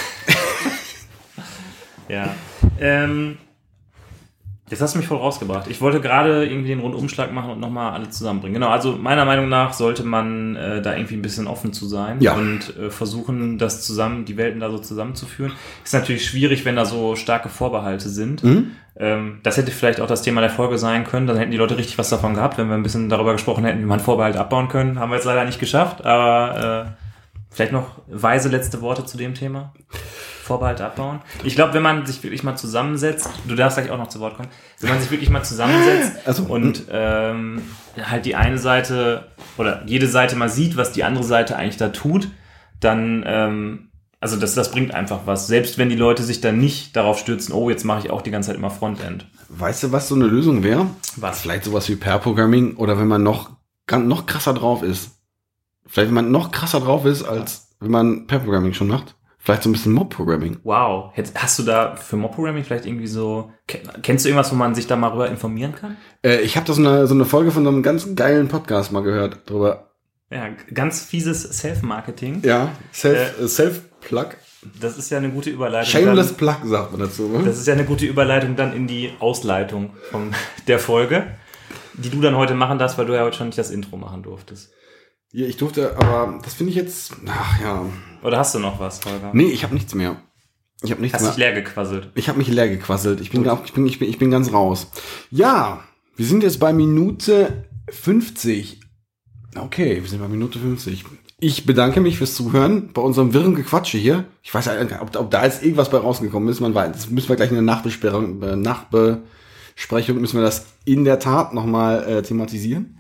ja. Ähm... Jetzt hast du mich voll rausgebracht. Ich wollte gerade irgendwie den Rundumschlag machen und nochmal alle zusammenbringen. Genau, also meiner Meinung nach sollte man äh, da irgendwie ein bisschen offen zu sein ja. und äh, versuchen, das zusammen, die Welten da so zusammenzuführen. Ist natürlich schwierig, wenn da so starke Vorbehalte sind. Mhm. Ähm, das hätte vielleicht auch das Thema der Folge sein können. Dann hätten die Leute richtig was davon gehabt, wenn wir ein bisschen darüber gesprochen hätten, wie man Vorbehalte abbauen können. Haben wir jetzt leider nicht geschafft, aber äh, vielleicht noch weise letzte Worte zu dem Thema. Vorbehalte abbauen. Ich glaube, wenn man sich wirklich mal zusammensetzt, du darfst gleich auch noch zu Wort kommen, wenn man sich wirklich mal zusammensetzt also, und ähm, halt die eine Seite oder jede Seite mal sieht, was die andere Seite eigentlich da tut, dann ähm, Also das, das bringt einfach was. Selbst wenn die Leute sich dann nicht darauf stürzen, oh, jetzt mache ich auch die ganze Zeit immer Frontend. Weißt du, was so eine Lösung wäre? Was? Vielleicht sowas wie Pair-Programming oder wenn man noch, ganz, noch krasser drauf ist. Vielleicht, wenn man noch krasser drauf ist, als wenn man Pair-Programming schon macht. Vielleicht so ein bisschen Mob-Programming. Wow. Hast du da für Mob-Programming vielleicht irgendwie so, kennst du irgendwas, wo man sich da mal rüber informieren kann? Äh, ich habe da so eine, so eine Folge von so einem ganz geilen Podcast mal gehört drüber. Ja, ganz fieses Self-Marketing. Ja, Self, äh, äh, Self-Plug. Das ist ja eine gute Überleitung. Shameless dann, Plug, sagt man dazu. Ne? Das ist ja eine gute Überleitung dann in die Ausleitung von der Folge, die du dann heute machen darfst, weil du ja heute schon nicht das Intro machen durftest. Ja, ich durfte, aber das finde ich jetzt, ach ja. Oder hast du noch was, Holger? Nee, ich habe nichts mehr. Ich habe nichts Hast mehr. dich leer gequasselt? Ich habe mich leer gequasselt. Ich bin, auch, ich, bin, ich, bin, ich bin ganz raus. Ja, wir sind jetzt bei Minute fünfzig. Okay, wir sind bei Minute fünfzig. Ich bedanke mich fürs Zuhören bei unserem wirren Gequatsche hier. Ich weiß ja, ob, ob da jetzt irgendwas bei rausgekommen ist. Man weiß, das müssen wir gleich in der Nachbesprechung, äh, Nachbesprechung müssen wir das in der Tat nochmal äh, thematisieren.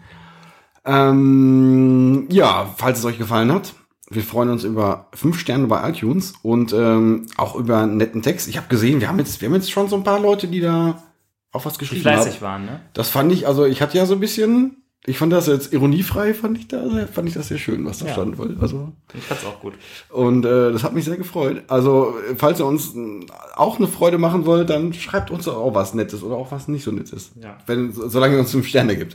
Ähm, ja, falls es euch gefallen hat, wir freuen uns über fünf Sterne bei iTunes und ähm, auch über einen netten Text. Ich habe gesehen, wir haben jetzt, wir haben jetzt schon so ein paar Leute, die da auch was geschrieben haben. Die fleißig waren, ne? Das fand ich, also ich hatte ja so ein bisschen. Ich fand das jetzt ironiefrei, fand ich da, fand ich das sehr schön, was da ja. stand. Also, ich fand's auch gut. Und äh, das hat mich sehr gefreut. Also, falls ihr uns auch eine Freude machen wollt, dann schreibt uns auch was Nettes oder auch was nicht so Nettes. Ja. Wenn, solange ihr uns fünf Sterne gibt.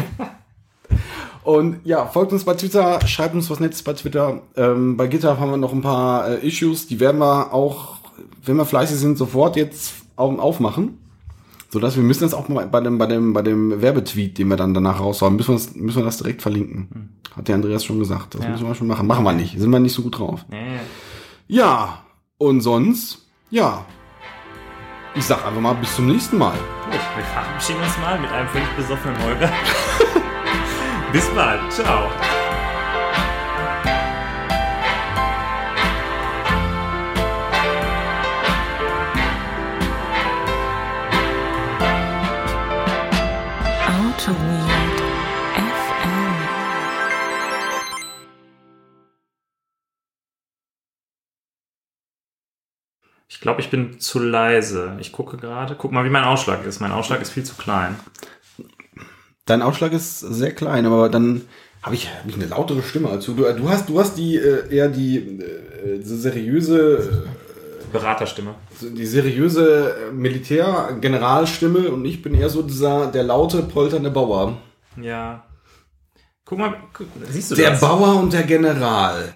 Und ja, folgt uns bei Twitter, schreibt uns was Nettes bei Twitter. Ähm, bei GitHub haben wir noch ein paar äh, Issues, die werden wir auch, wenn wir fleißig sind, sofort jetzt aufmachen. So dass wir müssen das auch mal bei dem, bei dem, bei dem Werbetweet, den wir dann danach raushauen, müssen wir das, müssen wir das direkt verlinken. Hat der Andreas schon gesagt. Das ja. müssen wir schon machen. Machen wir nicht. Sind wir nicht so gut drauf. Ja, ja. Ja, und sonst, ja. Ich sag einfach mal bis zum nächsten Mal. Gut, wir verabschieden uns mal mit einem völlig besoffenen Holger. Bis bald. Ciao. Outer Weird F M. Ich glaube, ich bin zu leise. Ich gucke gerade. Guck mal, wie mein Ausschlag ist. Mein Ausschlag ist viel zu klein. Dein Ausschlag ist sehr klein, aber dann habe ich, hab ich eine lautere Stimme als du. Du, du hast, du hast die äh, eher die äh, so seriöse äh, Beraterstimme. Die seriöse Militär-Generalstimme und ich bin eher so dieser der laute, polternde Bauer. Ja. Guck mal, guck, siehst du der das? Der Bauer und der General.